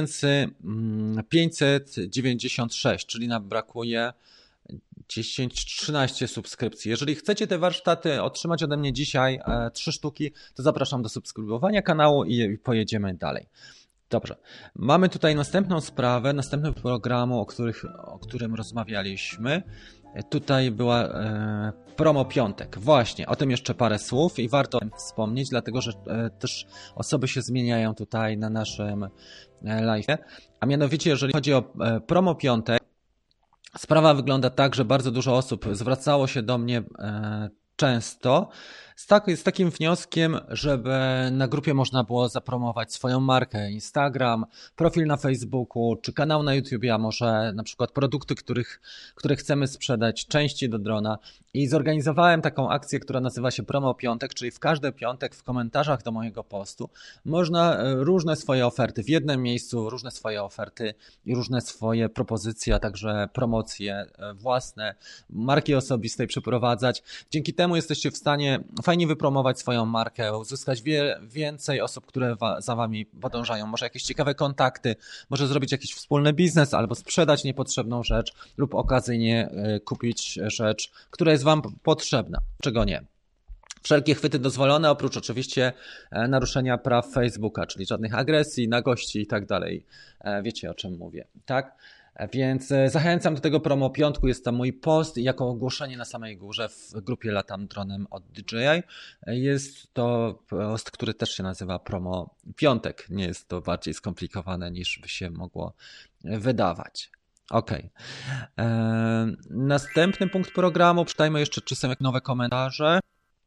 8596, czyli nam brakuje 10-13 subskrypcji. Jeżeli chcecie te warsztaty otrzymać ode mnie dzisiaj 3 sztuki, to zapraszam do subskrybowania kanału i pojedziemy dalej. Dobrze. Mamy tutaj następną sprawę, następny program, o którym rozmawialiśmy. Tutaj była promo piątek. Właśnie, o tym jeszcze parę słów i warto wspomnieć, dlatego że też osoby się zmieniają tutaj na naszym live'ie. A mianowicie, jeżeli chodzi o promo piątek, sprawa wygląda tak, że bardzo dużo osób zwracało się do mnie często z takim wnioskiem, żeby na grupie można było zapromować swoją markę, Instagram, profil na Facebooku, czy kanał na YouTubie, a może na przykład produkty, które chcemy sprzedać, części do drona. I zorganizowałem taką akcję, która nazywa się Promo Piątek, czyli w każdy piątek w komentarzach do mojego postu można różne swoje oferty, w jednym miejscu różne swoje oferty i różne swoje propozycje, a także promocje własne, marki osobistej przeprowadzać. Dzięki temu jesteście w stanie fajnie wypromować swoją markę, uzyskać więcej osób, które za Wami podążają, może jakieś ciekawe kontakty, może zrobić jakiś wspólny biznes albo sprzedać niepotrzebną rzecz lub okazyjnie kupić rzecz, która jest Wam potrzebna. Czego nie? Wszelkie chwyty dozwolone, oprócz oczywiście naruszenia praw Facebooka, czyli żadnych agresji, nagości i tak dalej. Wiecie, o czym mówię, tak? Więc zachęcam do tego promo piątku, jest tam mój post i jako ogłoszenie na samej górze w grupie Latam Dronem od DJI jest to post, który też się nazywa promo piątek. Nie jest to bardziej skomplikowane niż by się mogło wydawać. Okej. Następny punkt programu, przeczytajmy jeszcze, czy są jakieś nowe komentarze.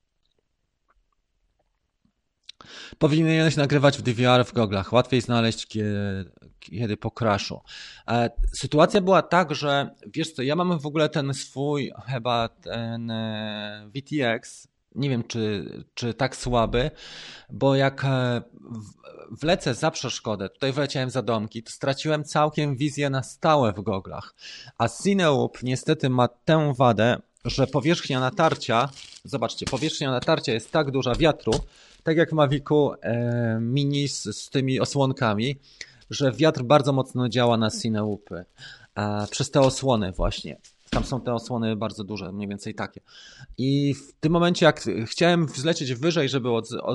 Powinieneś nagrywać w DVR w goglach. Łatwiej znaleźć, kiedy po crashu. Sytuacja była tak, że wiesz co, ja mam w ogóle ten swój, chyba ten VTX, nie wiem czy tak słaby, bo jak wlecę za przeszkodę, tutaj wleciałem za domki, to straciłem całkiem wizję na stałe w goglach. A Cineloop niestety ma tę wadę, że powierzchnia natarcia, zobaczcie, powierzchnia natarcia jest tak duża wiatru, tak jak w Mavicu Mini z tymi osłonkami, że wiatr bardzo mocno działa na Cineloopy. Przez te osłony właśnie. Tam są te osłony bardzo duże, mniej więcej takie. I w tym momencie, jak chciałem wzlecieć wyżej, żeby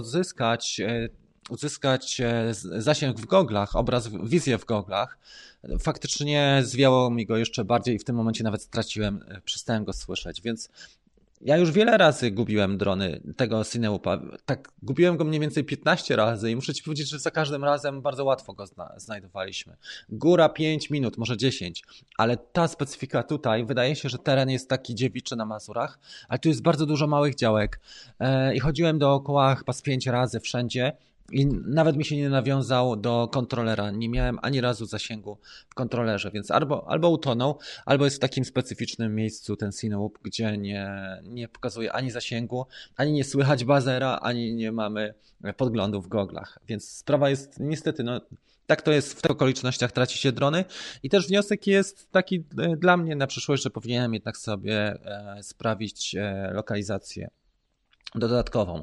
uzyskać zasięg w goglach, wizję w goglach, faktycznie zwiało mi go jeszcze bardziej i w tym momencie nawet przestałem go słyszeć, więc Ja już wiele razy gubiłem drony tego Cineupa. Tak, gubiłem go mniej więcej 15 razy i muszę ci powiedzieć, że za każdym razem bardzo łatwo go znajdowaliśmy. Góra 5 minut, może 10, ale ta specyfika tutaj, wydaje się, że teren jest taki dziewiczy na Mazurach, ale tu jest bardzo dużo małych działek i chodziłem dookoła chyba z 5 razy wszędzie. I nawet mi się nie nawiązał do kontrolera. Nie miałem ani razu zasięgu w kontrolerze, więc albo utonął, albo jest w takim specyficznym miejscu ten Cineup, gdzie nie pokazuje ani zasięgu, ani nie słychać bazera, ani nie mamy podglądu w goglach. Więc sprawa jest niestety, no tak to jest w tych okolicznościach, traci się drony. I też wniosek jest taki dla mnie na przyszłość, że powinienem jednak sobie sprawić lokalizację dodatkową.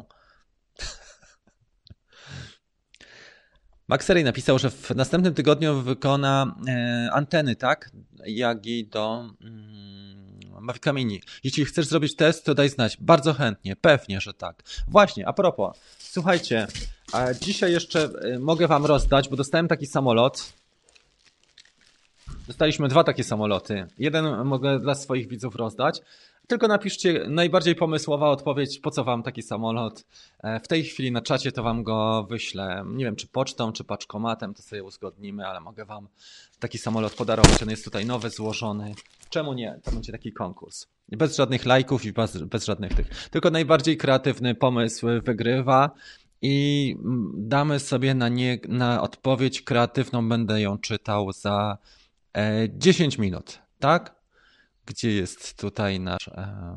Maxery napisał, że w następnym tygodniu wykona anteny, tak? Jak i do Mavica Mini. Jeśli chcesz zrobić test, to daj znać. Bardzo chętnie, pewnie, że tak. Właśnie, a propos, słuchajcie, dzisiaj jeszcze mogę wam rozdać, bo dostałem taki samolot. Dostaliśmy 2 takie samoloty. Jeden mogę dla swoich widzów rozdać. Tylko napiszcie najbardziej pomysłowa odpowiedź, po co wam taki samolot. W tej chwili na czacie to wam go wyślę. Nie wiem, czy pocztą, czy paczkomatem, to sobie uzgodnimy, ale mogę wam taki samolot podarować. On jest tutaj nowy, złożony. Czemu nie? To będzie taki konkurs. Bez żadnych lajków i bez żadnych tych. Tylko najbardziej kreatywny pomysł wygrywa i damy sobie na odpowiedź kreatywną. Będę ją czytał za 10 minut, tak? Gdzie jest tutaj nasz...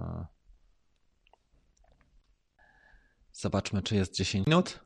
Zobaczmy, czy jest 10 minut.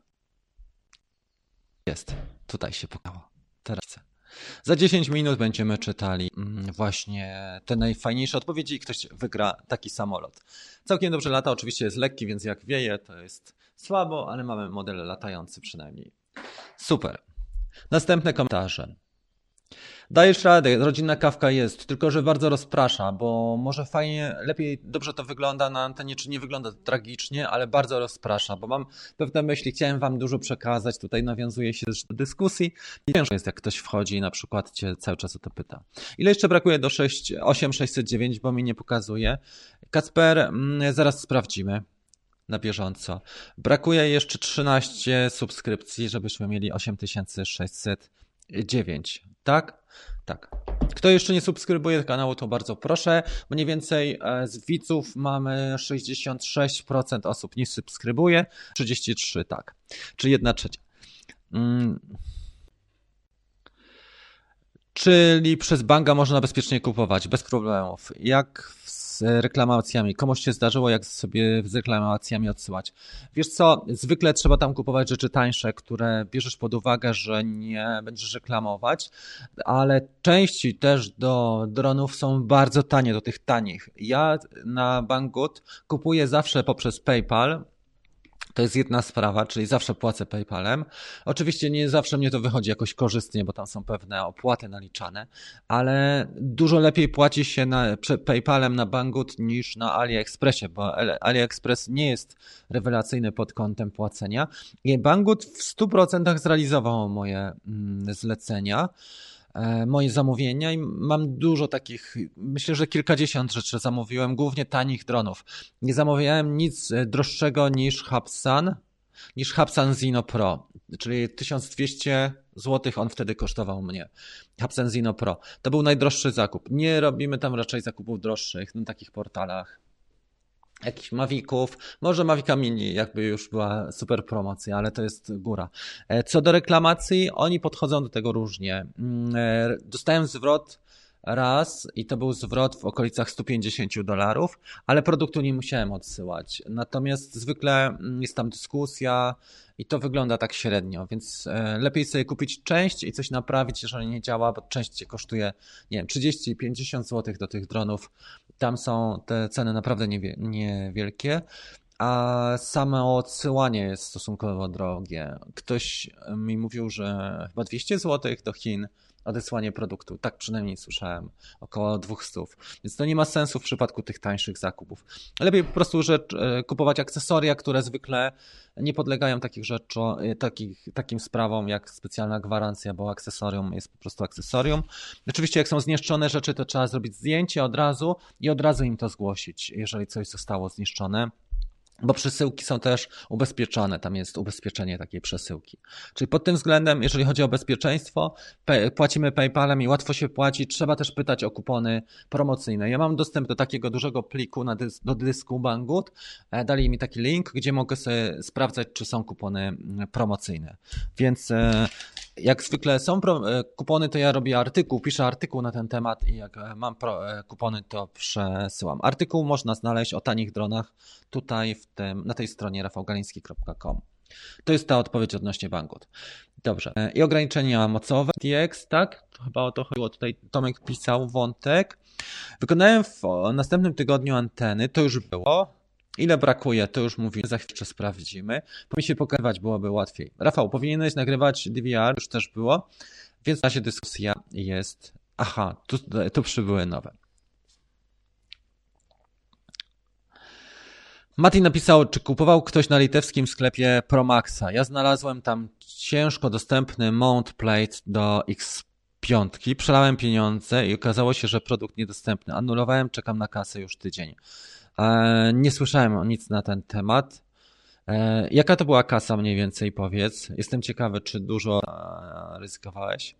Jest. Tutaj się pokazało. Teraz. Za 10 minut będziemy czytali właśnie te najfajniejsze odpowiedzi i ktoś wygra taki samolot. Całkiem dobrze lata. Oczywiście jest lekki, więc jak wieje, to jest słabo, ale mamy model latający przynajmniej. Super. Następne komentarze. Dajesz radę, rodzinna kawka jest, tylko że bardzo rozprasza, bo może fajnie, lepiej, dobrze to wygląda na antenie, czy nie wygląda to tragicznie, ale bardzo rozprasza, bo mam pewne myśli, chciałem wam dużo przekazać, tutaj nawiązuje się też do dyskusji i ciężko jest, jak ktoś wchodzi i na przykład cię cały czas o to pyta. Ile jeszcze brakuje do 8609, bo mi nie pokazuje? Kacper, zaraz sprawdzimy na bieżąco. Brakuje jeszcze 13 subskrypcji, żebyśmy mieli 8609, tak? Tak. Kto jeszcze nie subskrybuje kanału, to bardzo proszę. Mniej więcej z widzów mamy 66% osób nie subskrybuje, 33% tak. Czyli 1/3. Czyli przez Banga można bezpiecznie kupować, bez problemów. Jak z reklamacjami? Komuś się zdarzyło, jak sobie z reklamacjami odsyłać? Wiesz co, zwykle trzeba tam kupować rzeczy tańsze, które bierzesz pod uwagę, że nie będziesz reklamować, ale części też do dronów są bardzo tanie, do tych tanich. Ja na Banggood kupuję zawsze poprzez PayPal. To jest jedna sprawa, czyli zawsze płacę PayPalem. Oczywiście nie zawsze mnie to wychodzi jakoś korzystnie, bo tam są pewne opłaty naliczane, ale dużo lepiej płaci się PayPalem na Banggood niż na AliExpressie, bo AliExpress nie jest rewelacyjny pod kątem płacenia. I Banggood w 100% zrealizował moje zlecenia, moje zamówienia i mam dużo takich, myślę, że kilkadziesiąt rzeczy zamówiłem, głównie tanich dronów. Nie zamawiałem nic droższego niż Hubsan Zino Pro, czyli 1200 zł on wtedy kosztował mnie. Hubsan Zino Pro. To był najdroższy zakup. Nie robimy tam raczej zakupów droższych na takich portalach. Jakichś Maviców, może Mavica Mini, jakby już była super promocja, ale to jest góra. Co do reklamacji, oni podchodzą do tego różnie. Dostałem zwrot raz i to był zwrot w okolicach $150, ale produktu nie musiałem odsyłać. Natomiast zwykle jest tam dyskusja i to wygląda tak średnio, więc lepiej sobie kupić część i coś naprawić, jeżeli nie działa, bo część cię kosztuje, nie wiem, 30-50 zł do tych dronów. Tam są te ceny naprawdę niewielkie, a samo odsyłanie jest stosunkowo drogie. Ktoś mi mówił, że chyba 200 zł do Chin odesłanie produktu. Tak przynajmniej słyszałem, około 200. Więc to nie ma sensu w przypadku tych tańszych zakupów. Lepiej po prostu kupować akcesoria, które zwykle nie podlegają takim sprawom jak specjalna gwarancja, bo akcesorium jest po prostu akcesorium. Oczywiście jak są zniszczone rzeczy, to trzeba zrobić zdjęcie od razu i od razu im to zgłosić, jeżeli coś zostało zniszczone. Bo przesyłki są też ubezpieczone, tam jest ubezpieczenie takiej przesyłki. Czyli pod tym względem, jeżeli chodzi o bezpieczeństwo, płacimy PayPalem i łatwo się płaci, trzeba też pytać o kupony promocyjne. Ja mam dostęp do takiego dużego pliku do dysku Banggood, dali mi taki link, gdzie mogę sobie sprawdzać, czy są kupony promocyjne. Więc jak zwykle są kupony, to ja robię piszę artykuł na ten temat i jak mam kupony, to przesyłam. Artykuł można znaleźć o tanich dronach tutaj na tej stronie rafałgaliński.com. To jest ta odpowiedź odnośnie Banggood. Dobrze. I ograniczenia mocowe. DX, tak? To chyba o to chodziło. Tutaj Tomek pisał wątek. Wykonałem w następnym tygodniu anteny. To już było. Ile brakuje, to już mówimy, za chwilę sprawdzimy. Powinien się pokazywać, byłoby łatwiej. Rafał, powinieneś nagrywać DVR, już też było, więc w razie dyskusja jest... Aha, tu przybyły nowe. Mati napisał, czy kupował ktoś na litewskim sklepie Promaxa. Ja znalazłem tam ciężko dostępny mount plate do X5. Przelałem pieniądze i okazało się, że produkt niedostępny. Anulowałem, czekam na kasę już tydzień. Nie słyszałem nic na ten temat. Jaka to była kasa mniej więcej, powiedz? Jestem ciekawy, czy dużo ryzykowałeś?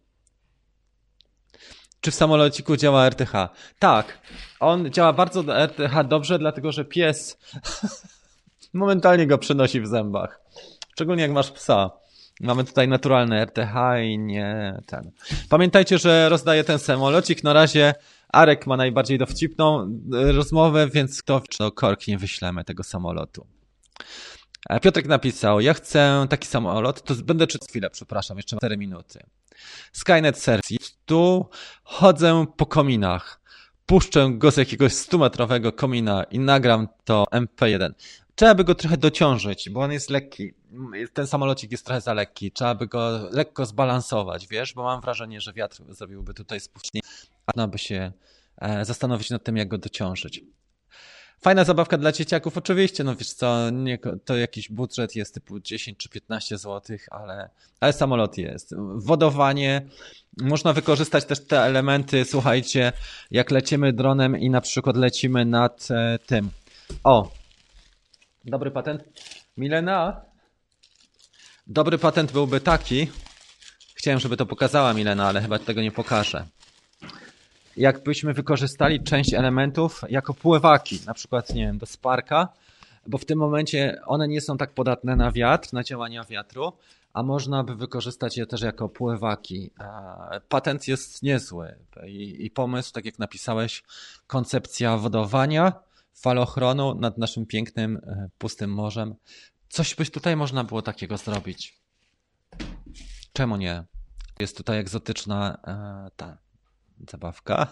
Czy w samolociku działa RTH? Tak, on działa bardzo RTH dobrze, dlatego że pies momentalnie go przenosi w zębach. Szczególnie jak masz psa. Mamy tutaj naturalne RTH i nie ten. Pamiętajcie, że rozdaję ten samolocik. Na razie Arek ma najbardziej dowcipną rozmowę, więc kto wie, kork nie wyślemy tego samolotu. Piotrek napisał, ja chcę taki samolot, to będę czytał chwilę, przepraszam, jeszcze 4 minuty. Skynet Service, tu chodzę po kominach, puszczę go z jakiegoś 100-metrowego komina i nagram to MP1. Trzeba by go trochę dociążyć, bo on jest lekki. Ten samolocik jest trochę za lekki. Trzeba by go lekko zbalansować, wiesz, bo mam wrażenie, że wiatr zrobiłby tutaj spuszczenie. Można by się zastanowić nad tym, jak go dociążyć. Fajna zabawka dla dzieciaków, oczywiście, no wiesz co, to jakiś budżet jest typu 10 czy 15 zł, ale samolot jest. Wodowanie, można wykorzystać też te elementy, słuchajcie, jak lecimy dronem i na przykład lecimy nad tym. O, dobry patent. Milena? Dobry patent byłby taki, chciałem, żeby to pokazała Milena, ale chyba tego nie pokażę. Jakbyśmy wykorzystali część elementów jako pływaki, na przykład, nie wiem, do Sparka, bo w tym momencie one nie są tak podatne na wiatr, na działania wiatru, a można by wykorzystać je też jako pływaki. Patent jest niezły i pomysł, tak jak napisałeś, koncepcja wodowania, falochronu nad naszym pięknym, pustym morzem. Coś by tutaj można było takiego zrobić. Czemu nie? Jest tutaj egzotyczna ta zabawka.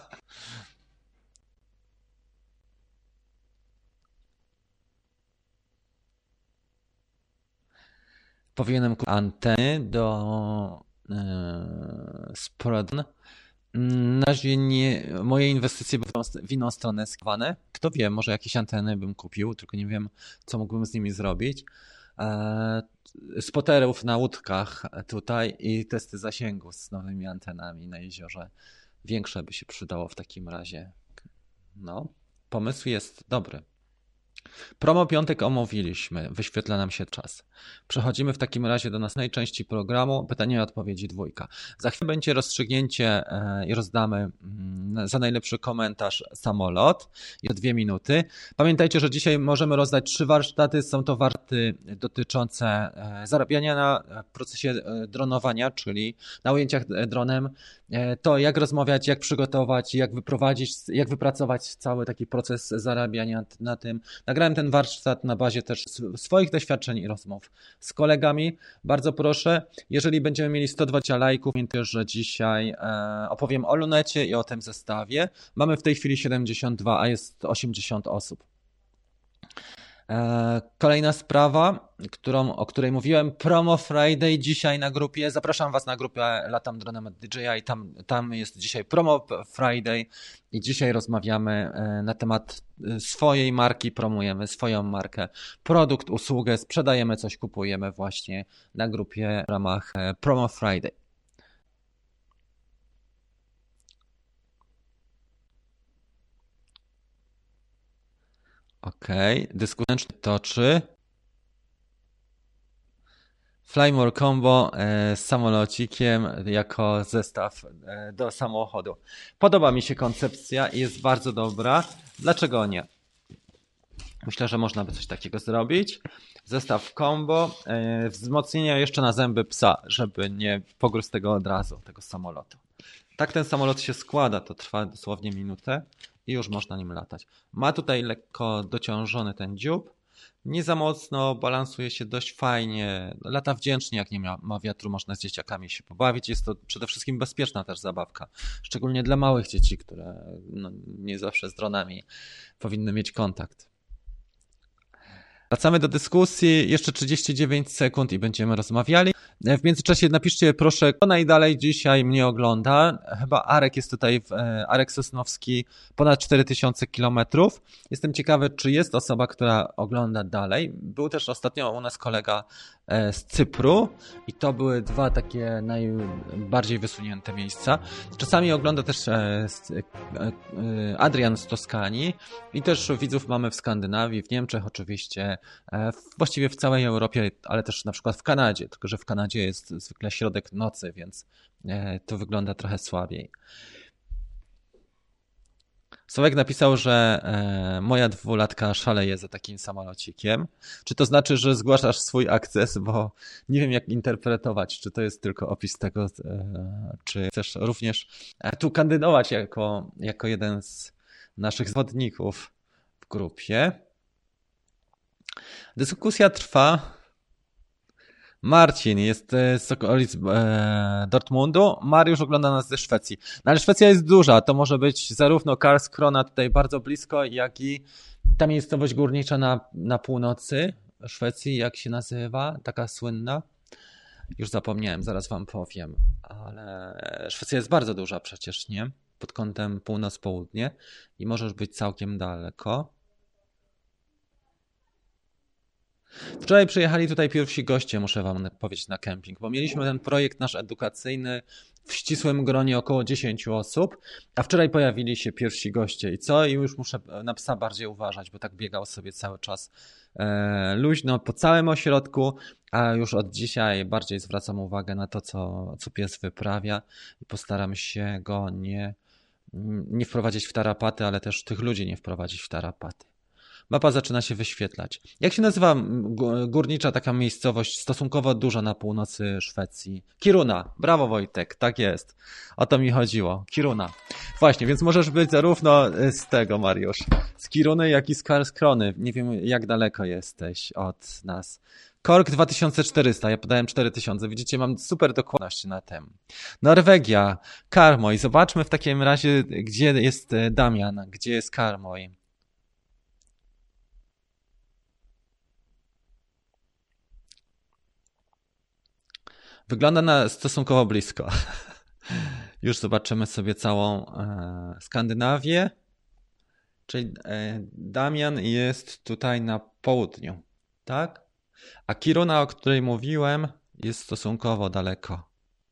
Powinienem kupić anteny do Sprodn. Na razie moje inwestycje były w inną stronę skierowane. Kto wie, może jakieś anteny bym kupił, tylko nie wiem, co mógłbym z nimi zrobić. Spoterów na łódkach tutaj i testy zasięgu z nowymi antenami na jeziorze. Większe by się przydało w takim razie. No, pomysł jest dobry. Promo piątek omówiliśmy, wyświetla nam się czas. Przechodzimy w takim razie do następnej części programu, pytania i odpowiedzi 2. Za chwilę będzie rozstrzygnięcie i rozdamy za najlepszy komentarz samolot i 2 minuty. Pamiętajcie, że dzisiaj możemy rozdać 3 warsztaty, są to warsztaty dotyczące zarabiania na procesie dronowania, czyli na ujęciach dronem, to jak rozmawiać, jak przygotować, jak wyprowadzić, jak wypracować cały taki proces zarabiania na tym. Nagrałem ten warsztat na bazie też swoich doświadczeń i rozmów z kolegami. Bardzo proszę, jeżeli będziemy mieli 120 lajków, pamiętajcie, że dzisiaj opowiem o lunecie i o tym zestawie. Mamy w tej chwili 72, a jest 80 osób. Kolejna sprawa, o której mówiłem, Promo Friday dzisiaj na grupie. Zapraszam Was na grupę Latam Dronem od DJI. Tam jest dzisiaj Promo Friday i dzisiaj rozmawiamy na temat swojej marki, promujemy swoją markę, produkt, usługę, sprzedajemy coś, kupujemy właśnie na grupie w ramach Promo Friday. Okej, dyskusja się toczy. Flymore Combo z samolocikiem jako zestaw do samochodu. Podoba mi się koncepcja i jest bardzo dobra. Dlaczego nie? Myślę, że można by coś takiego zrobić. Zestaw combo, wzmocnienia jeszcze na zęby psa, żeby nie pogryzł tego od razu, tego samolotu. Tak ten samolot się składa, to trwa dosłownie minutę i już można nim latać. Ma tutaj lekko dociążony ten dziób. Nie za mocno, balansuje się dość fajnie, lata wdzięcznie, jak nie ma wiatru, można z dzieciakami się pobawić. Jest to przede wszystkim bezpieczna też zabawka, szczególnie dla małych dzieci, które nie zawsze z dronami powinny mieć kontakt. Wracamy do dyskusji, jeszcze 39 sekund i będziemy rozmawiali. W międzyczasie napiszcie proszę, kto najdalej dzisiaj mnie ogląda. Chyba Arek jest tutaj, Arek Sosnowski, ponad 4000 km. Jestem ciekawy, czy jest osoba, która ogląda dalej. Był też ostatnio u nas kolega z Cypru i to były dwa takie najbardziej wysunięte miejsca. Czasami ogląda też Adrian z Toskanii i też widzów mamy w Skandynawii, w Niemczech oczywiście, właściwie w całej Europie, ale też na przykład w Kanadzie, tylko że w Kanadzie jest zwykle środek nocy, więc to wygląda trochę słabiej. Sławek napisał, że moja 2-latka szaleje za takim samolocikiem. Czy to znaczy, że zgłaszasz swój akces, bo nie wiem jak interpretować, czy to jest tylko opis tego, czy chcesz również tu kandydować jako jeden z naszych zawodników w grupie. Dyskusja trwa. Marcin jest z okolic Dortmundu, Mariusz ogląda nas ze Szwecji. No ale Szwecja jest duża, to może być zarówno Karlskrona tutaj bardzo blisko, jak i ta miejscowość górnicza na północy Szwecji, jak się nazywa, taka słynna. Już zapomniałem, zaraz wam powiem, ale Szwecja jest bardzo duża przecież, nie? Pod kątem północ-południe i możesz być całkiem daleko. Wczoraj przyjechali tutaj pierwsi goście, muszę wam powiedzieć, na kemping, bo mieliśmy ten projekt nasz edukacyjny w ścisłym gronie około 10 osób, a wczoraj pojawili się pierwsi goście i już muszę na psa bardziej uważać, bo tak biegał sobie cały czas luźno po całym ośrodku, a już od dzisiaj bardziej zwracam uwagę na to, co pies wyprawia i postaram się go nie wprowadzić w tarapaty, ale też tych ludzi nie wprowadzić w tarapaty. Mapa zaczyna się wyświetlać. Jak się nazywa górnicza taka miejscowość stosunkowo duża na północy Szwecji? Kiruna. Brawo Wojtek, tak jest. O to mi chodziło. Kiruna. Właśnie, więc możesz być zarówno z tego, Mariusz, z Kiruny, jak i z Karlskrony. Nie wiem, jak daleko jesteś od nas. Kork 2400, ja podałem 4000. Widzicie, mam super dokładność na tym. Norwegia, Karmøy. Zobaczmy w takim razie, gdzie jest Damian, gdzie jest Karmøy. Wygląda na stosunkowo blisko. Już zobaczymy sobie całą Skandynawię. Czyli Damian jest tutaj na południu, tak? A Kiruna, o której mówiłem, jest stosunkowo daleko.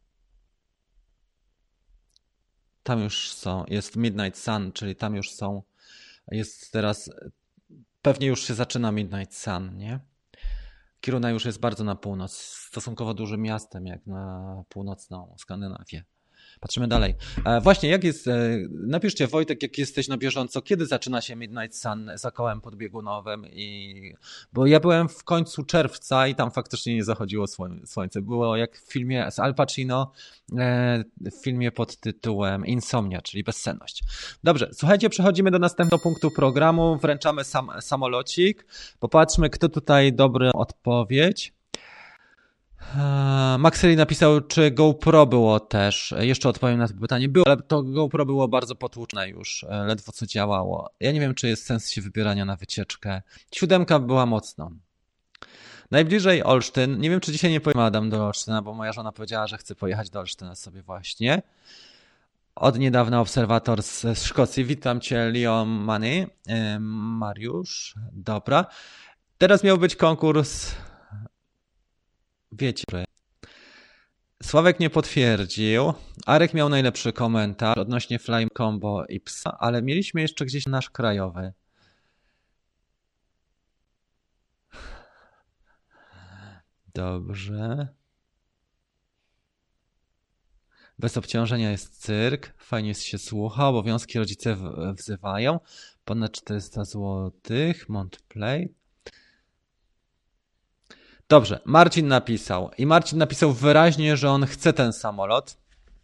Tam już jest Midnight Sun, czyli tam już jest teraz, pewnie już się zaczyna Midnight Sun, nie? Kiruna już jest bardzo na północ, stosunkowo dużym miastem jak na północną Skandynawię. Patrzymy dalej. Właśnie, jak jest, napiszcie Wojtek, jak jesteś na bieżąco, kiedy zaczyna się Midnight Sun za kołem podbiegunowym bo ja byłem w końcu czerwca i tam faktycznie nie zachodziło słońce. Było jak w filmie z Al Pacino, w filmie pod tytułem Insomnia, czyli bezsenność. Dobrze, słuchajcie, przechodzimy do następnego punktu programu, wręczamy samolocik. Popatrzmy, kto tutaj dobry odpowiedź. Maxeli napisał, czy GoPro było też. Jeszcze odpowiem na to pytanie. Było, ale to GoPro było bardzo potłuczone już, ledwo co działało. Ja nie wiem, czy jest sens się wybierania na wycieczkę. 7 była mocno. Najbliżej Olsztyn. Nie wiem, czy dzisiaj nie pojadę do Olsztyna, bo moja żona powiedziała, że chce pojechać do Olsztyna sobie właśnie. Od niedawna obserwator z Szkocji. Witam cię, Leo Many. Mariusz. Dobra. Teraz miał być konkurs. Wiecie. Sławek nie potwierdził. Arek miał najlepszy komentarz odnośnie Fly Combo i psa, ale mieliśmy jeszcze gdzieś nasz krajowy. Dobrze. Bez obciążenia jest cyrk. Fajnie się słucha. Obowiązki rodzice wzywają. Ponad 400 zł. Montplay. Dobrze, Marcin napisał. I Marcin napisał wyraźnie, że on chce ten samolot.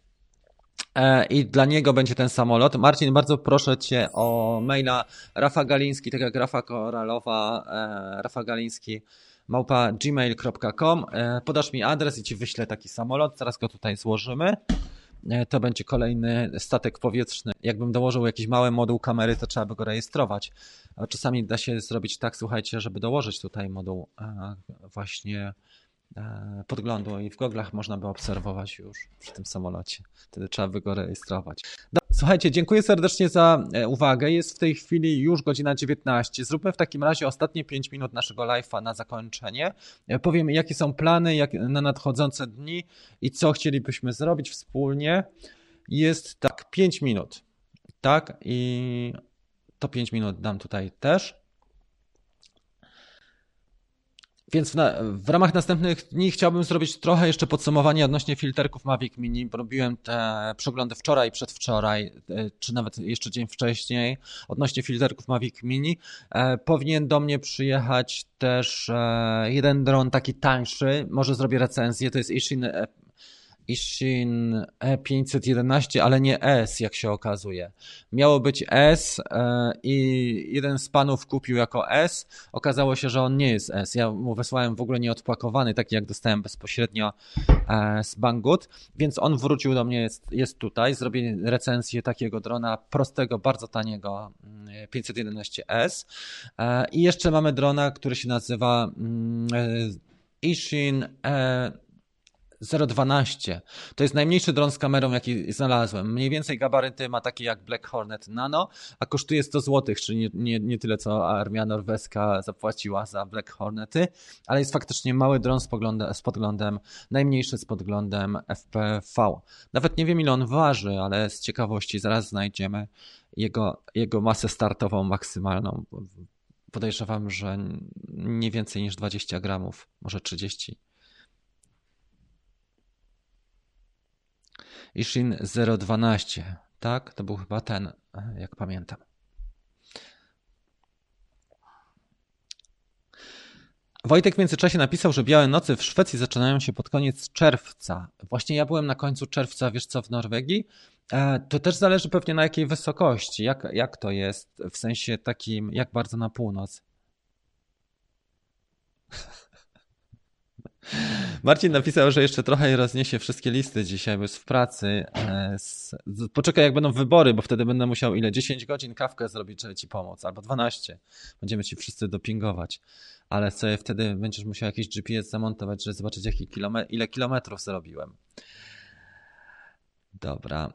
I dla niego będzie ten samolot. Marcin, bardzo proszę cię o maila Rafa Galiński, tak jak Rafa Koralowa, Rafa Galiński @gmail.com. Podasz mi adres i ci wyślę taki samolot. Zaraz go tutaj złożymy. To będzie kolejny statek powietrzny. Jakbym dołożył jakiś mały moduł kamery, to trzeba by go rejestrować. A czasami da się zrobić tak, słuchajcie, żeby dołożyć tutaj moduł właśnie podglądu i w goglach można by obserwować już przy tym samolocie. Wtedy trzeba by go rejestrować. Słuchajcie, dziękuję serdecznie za uwagę. Jest w tej chwili już godzina 19. Zróbmy w takim razie ostatnie 5 minut naszego live'a na zakończenie. Powiem, jakie są plany na nadchodzące dni i co chcielibyśmy zrobić wspólnie. Jest tak, 5 minut. Tak, i to 5 minut dam tutaj też. Więc w ramach następnych dni chciałbym zrobić trochę jeszcze podsumowania odnośnie filterków Mavic Mini, bo robiłem te przeglądy wczoraj, przedwczoraj, czy nawet jeszcze dzień wcześniej odnośnie filterków Mavic Mini. Powinien do mnie przyjechać też jeden dron taki tańszy, może zrobię recenzję, to jest Ishin E511, ale nie S, jak się okazuje. Miało być S i jeden z panów kupił jako S. Okazało się, że on nie jest S. Ja mu wysłałem w ogóle nieodpakowany, taki jak dostałem bezpośrednio z Banggood, więc on wrócił do mnie, jest tutaj. Zrobię recenzję takiego drona prostego, bardzo taniego 511S. I jeszcze mamy drona, który się nazywa Ishin 012. To jest najmniejszy dron z kamerą, jaki znalazłem. Mniej więcej gabaryty ma takie jak Black Hornet Nano, a kosztuje 100 zł, czyli nie tyle, co armia norweska zapłaciła za Black Hornety, ale jest faktycznie mały dron z podglądem, najmniejszy z podglądem FPV. Nawet nie wiem, ile on waży, ale z ciekawości zaraz znajdziemy jego masę startową maksymalną. Podejrzewam, że nie więcej niż 20 gramów, może 30. Ishin 012, tak? To był chyba ten, jak pamiętam. Wojtek w międzyczasie napisał, że białe noce w Szwecji zaczynają się pod koniec czerwca. Właśnie ja byłem na końcu czerwca, wiesz co, w Norwegii. To też zależy pewnie na jakiej wysokości. Jak to jest? W sensie takim, jak bardzo na północ? Marcin napisał, że jeszcze trochę rozniesie wszystkie listy dzisiaj, bo jest w pracy. Poczekaj, jak będą wybory, bo wtedy będę musiał 10 godzin kawkę zrobić, żeby ci pomóc, albo 12. Będziemy ci wszyscy dopingować. Ale sobie wtedy będziesz musiał jakiś GPS zamontować, żeby zobaczyć, ile kilometrów zrobiłem. Dobra.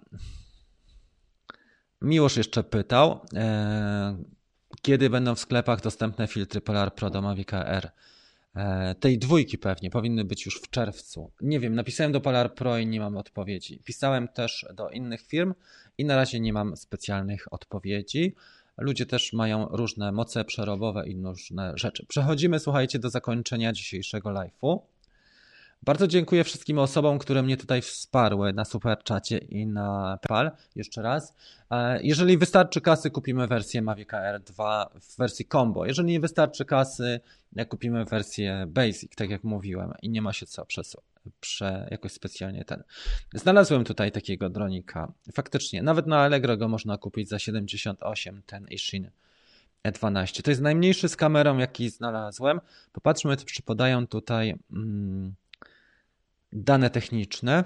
Miłosz jeszcze pytał, kiedy będą w sklepach dostępne filtry Polar Pro do Mavica R? Tej dwójki pewnie, powinny być już w czerwcu. Nie wiem, napisałem do Polar Pro i nie mam odpowiedzi. Pisałem też do innych firm i na razie nie mam specjalnych odpowiedzi. Ludzie też mają różne moce przerobowe i różne rzeczy. Przechodzimy, słuchajcie, do zakończenia dzisiejszego live'u. Bardzo dziękuję wszystkim osobom, które mnie tutaj wsparły na Superczacie i na PayPal. Jeszcze raz. Jeżeli wystarczy kasy, kupimy wersję Mavica R2 w wersji combo. Jeżeli nie wystarczy kasy, kupimy wersję basic, tak jak mówiłem, i nie ma się co jakoś specjalnie ten. Znalazłem tutaj takiego dronika. Faktycznie, nawet na Allegro go można kupić za 78, ten Ishin E12. To jest najmniejszy z kamerą, jaki znalazłem. Popatrzmy, czy podają tutaj Dane techniczne.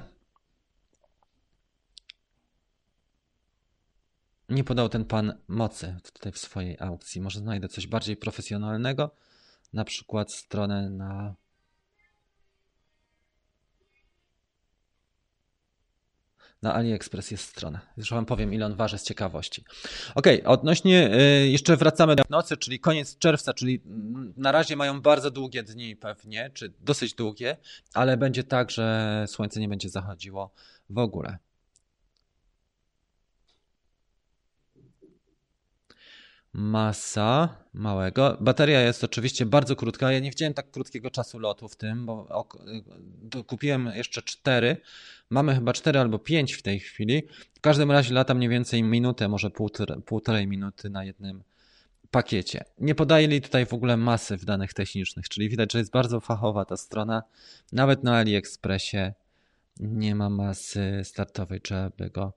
Nie podał ten pan mocy tutaj w swojej aukcji. Może znajdę coś bardziej profesjonalnego. Na przykład stronę na... Na AliExpress jest strona. Już wam powiem, ile on waży z ciekawości. Okej, odnośnie, jeszcze wracamy do nocy, czyli koniec czerwca, czyli na razie mają bardzo długie dni pewnie, czy dosyć długie, ale będzie tak, że słońce nie będzie zachodziło w ogóle. Masa małego. Bateria jest oczywiście bardzo krótka. Ja nie widziałem tak krótkiego czasu lotu w tym, bo kupiłem jeszcze 4. Mamy chyba 4 albo 5 w tej chwili. W każdym razie lata mniej więcej minutę, może półtorej minuty na jednym pakiecie. Nie podali tutaj w ogóle masy w danych technicznych, czyli widać, że jest bardzo fachowa ta strona. Nawet na AliExpressie nie ma masy startowej, trzeba by go...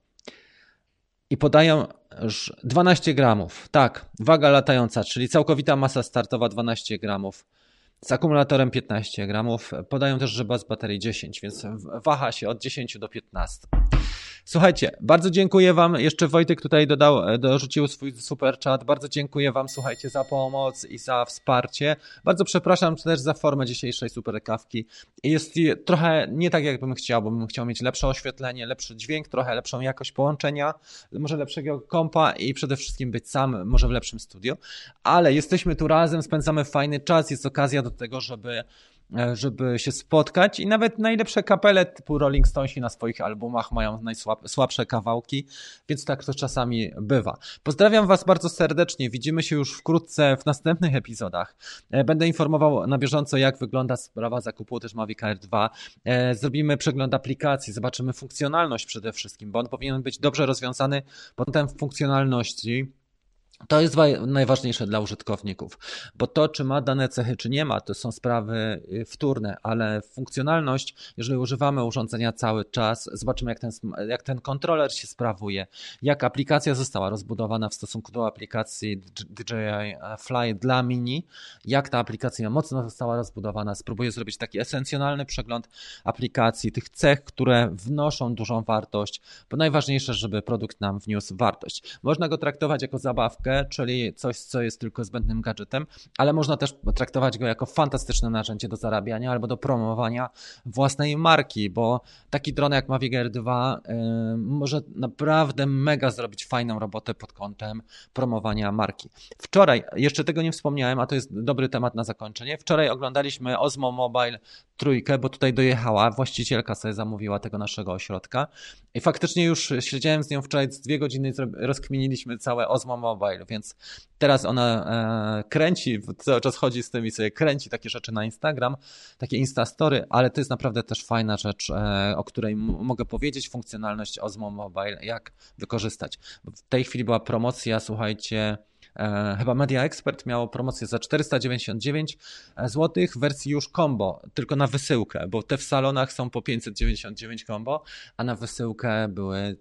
I podają już 12 gramów. Tak, waga latająca, czyli całkowita masa startowa 12 gramów. Z akumulatorem 15 gramów. Podają też, że z baterii 10, więc waha się od 10 do 15. Słuchajcie, bardzo dziękuję wam. Jeszcze Wojtek tutaj dorzucił swój super chat. Bardzo dziękuję wam, słuchajcie, za pomoc i za wsparcie. Bardzo przepraszam też za formę dzisiejszej super kawki. Jest trochę nie tak, jakbym chciał, bo bym chciał mieć lepsze oświetlenie, lepszy dźwięk, trochę lepszą jakość połączenia, może lepszego kompa i przede wszystkim być sam, może w lepszym studiu. Ale jesteśmy tu razem, spędzamy fajny czas, jest okazja do tego, żeby się spotkać i nawet najlepsze kapele typu Rolling Stonesi na swoich albumach mają najsłabsze kawałki, więc tak to czasami bywa. Pozdrawiam was bardzo serdecznie, widzimy się już wkrótce w następnych epizodach. Będę informował na bieżąco, jak wygląda sprawa zakupu też Mavic Air 2. Zrobimy przegląd aplikacji, zobaczymy funkcjonalność przede wszystkim, bo on powinien być dobrze rozwiązany pod kątem funkcjonalności. To jest najważniejsze dla użytkowników, bo to, czy ma dane cechy, czy nie ma, to są sprawy wtórne, ale funkcjonalność, jeżeli używamy urządzenia cały czas, zobaczymy, jak ten kontroler się sprawuje, jak aplikacja została rozbudowana w stosunku do aplikacji DJI Fly dla Mini, jak ta aplikacja mocno została rozbudowana. Spróbuję zrobić taki esencjonalny przegląd aplikacji, tych cech, które wnoszą dużą wartość, bo najważniejsze, żeby produkt nam wniósł wartość. Można go traktować jako zabawkę, czyli coś, co jest tylko zbędnym gadżetem, ale można też traktować go jako fantastyczne narzędzie do zarabiania albo do promowania własnej marki, bo taki dron jak Mavic Air 2 może naprawdę mega zrobić fajną robotę pod kątem promowania marki. Wczoraj, jeszcze tego nie wspomniałem, a to jest dobry temat na zakończenie, wczoraj oglądaliśmy Osmo Mobile 3, bo tutaj dojechała, właścicielka sobie zamówiła tego naszego ośrodka i faktycznie już siedziałem z nią wczoraj z 2 godziny, rozkminiliśmy całe Osmo Mobile, więc teraz ona kręci, cały czas chodzi z tym i sobie kręci takie rzeczy na Instagram, takie Instastory, ale to jest naprawdę też fajna rzecz, o której mogę powiedzieć, funkcjonalność Osmo Mobile, jak wykorzystać. W tej chwili była promocja, słuchajcie, chyba Media Expert miało promocję za 499 zł w wersji już combo, tylko na wysyłkę, bo te w salonach są po 599 combo, a na wysyłkę były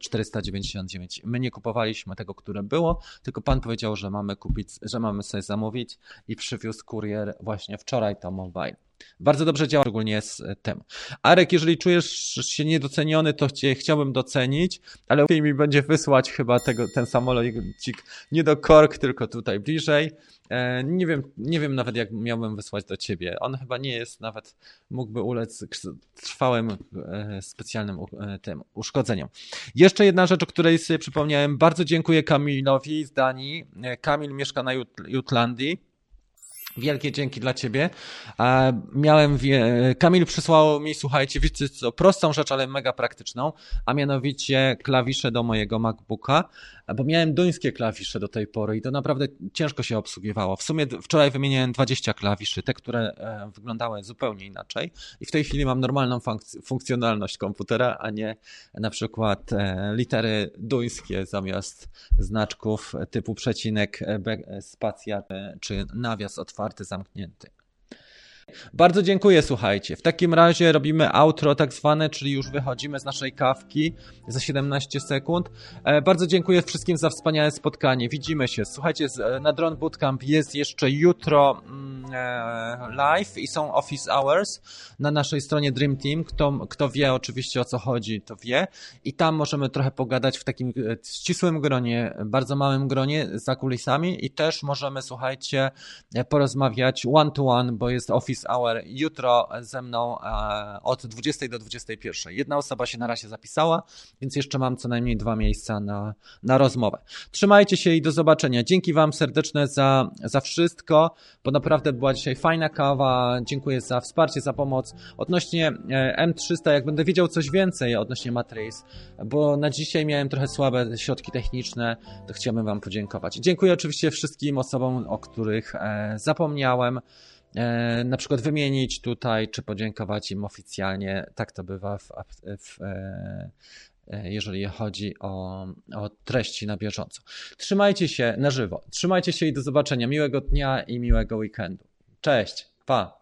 499. My nie kupowaliśmy tego, które było, tylko pan powiedział, że mamy kupić, że mamy sobie zamówić i przywiózł kurier właśnie wczoraj to mobile. Bardzo dobrze działa, szczególnie z tym. Arek, jeżeli czujesz się niedoceniony, to cię chciałbym docenić, ale łatwiej mi będzie wysłać chyba ten samolocik nie do Kork, tylko tutaj bliżej. Nie wiem nawet, jak miałbym wysłać do ciebie. On chyba nie jest nawet, mógłby ulec trwałym specjalnym tym uszkodzeniom. Jeszcze jedna rzecz, o której sobie przypomniałem. Bardzo dziękuję Kamilowi z Danii. Kamil mieszka na Jutlandii. Wielkie dzięki dla ciebie. Kamil przysłał mi, słuchajcie, wiecie co, prostą rzecz, ale mega praktyczną, a mianowicie klawisze do mojego MacBooka, bo miałem duńskie klawisze do tej pory i to naprawdę ciężko się obsługiwało. W sumie wczoraj wymieniłem 20 klawiszy, te, które wyglądały zupełnie inaczej i w tej chwili mam normalną funkcjonalność komputera, a nie na przykład litery duńskie zamiast znaczków typu przecinek, spacja czy nawias otwarty, zamknięty. Bardzo dziękuję, słuchajcie. W takim razie robimy outro tak zwane, czyli już wychodzimy z naszej kawki za 17 sekund. Bardzo dziękuję wszystkim za wspaniałe spotkanie. Widzimy się. Słuchajcie, na Drone Bootcamp jest jeszcze jutro live i są office hours na naszej stronie Dream Team. Kto wie oczywiście o co chodzi, to wie. I tam możemy trochę pogadać w takim ścisłym gronie, bardzo małym gronie za kulisami i też możemy, słuchajcie, porozmawiać one to one, bo jest office hour jutro ze mną od 20 do 21. Jedna osoba się na razie zapisała, więc jeszcze mam co najmniej 2 miejsca na rozmowę. Trzymajcie się i do zobaczenia. Dzięki Wam serdeczne za wszystko, bo naprawdę była dzisiaj fajna kawa. Dziękuję za wsparcie, za pomoc. Odnośnie M300, jak będę wiedział coś więcej odnośnie Matrix, bo na dzisiaj miałem trochę słabe środki techniczne, to chciałbym Wam podziękować. Dziękuję oczywiście wszystkim osobom, o których zapomniałem, na przykład wymienić tutaj, czy podziękować im oficjalnie. Tak to bywa jeżeli chodzi o treści na bieżąco. Trzymajcie się na żywo. Trzymajcie się i do zobaczenia. Miłego dnia i miłego weekendu. Cześć. Pa.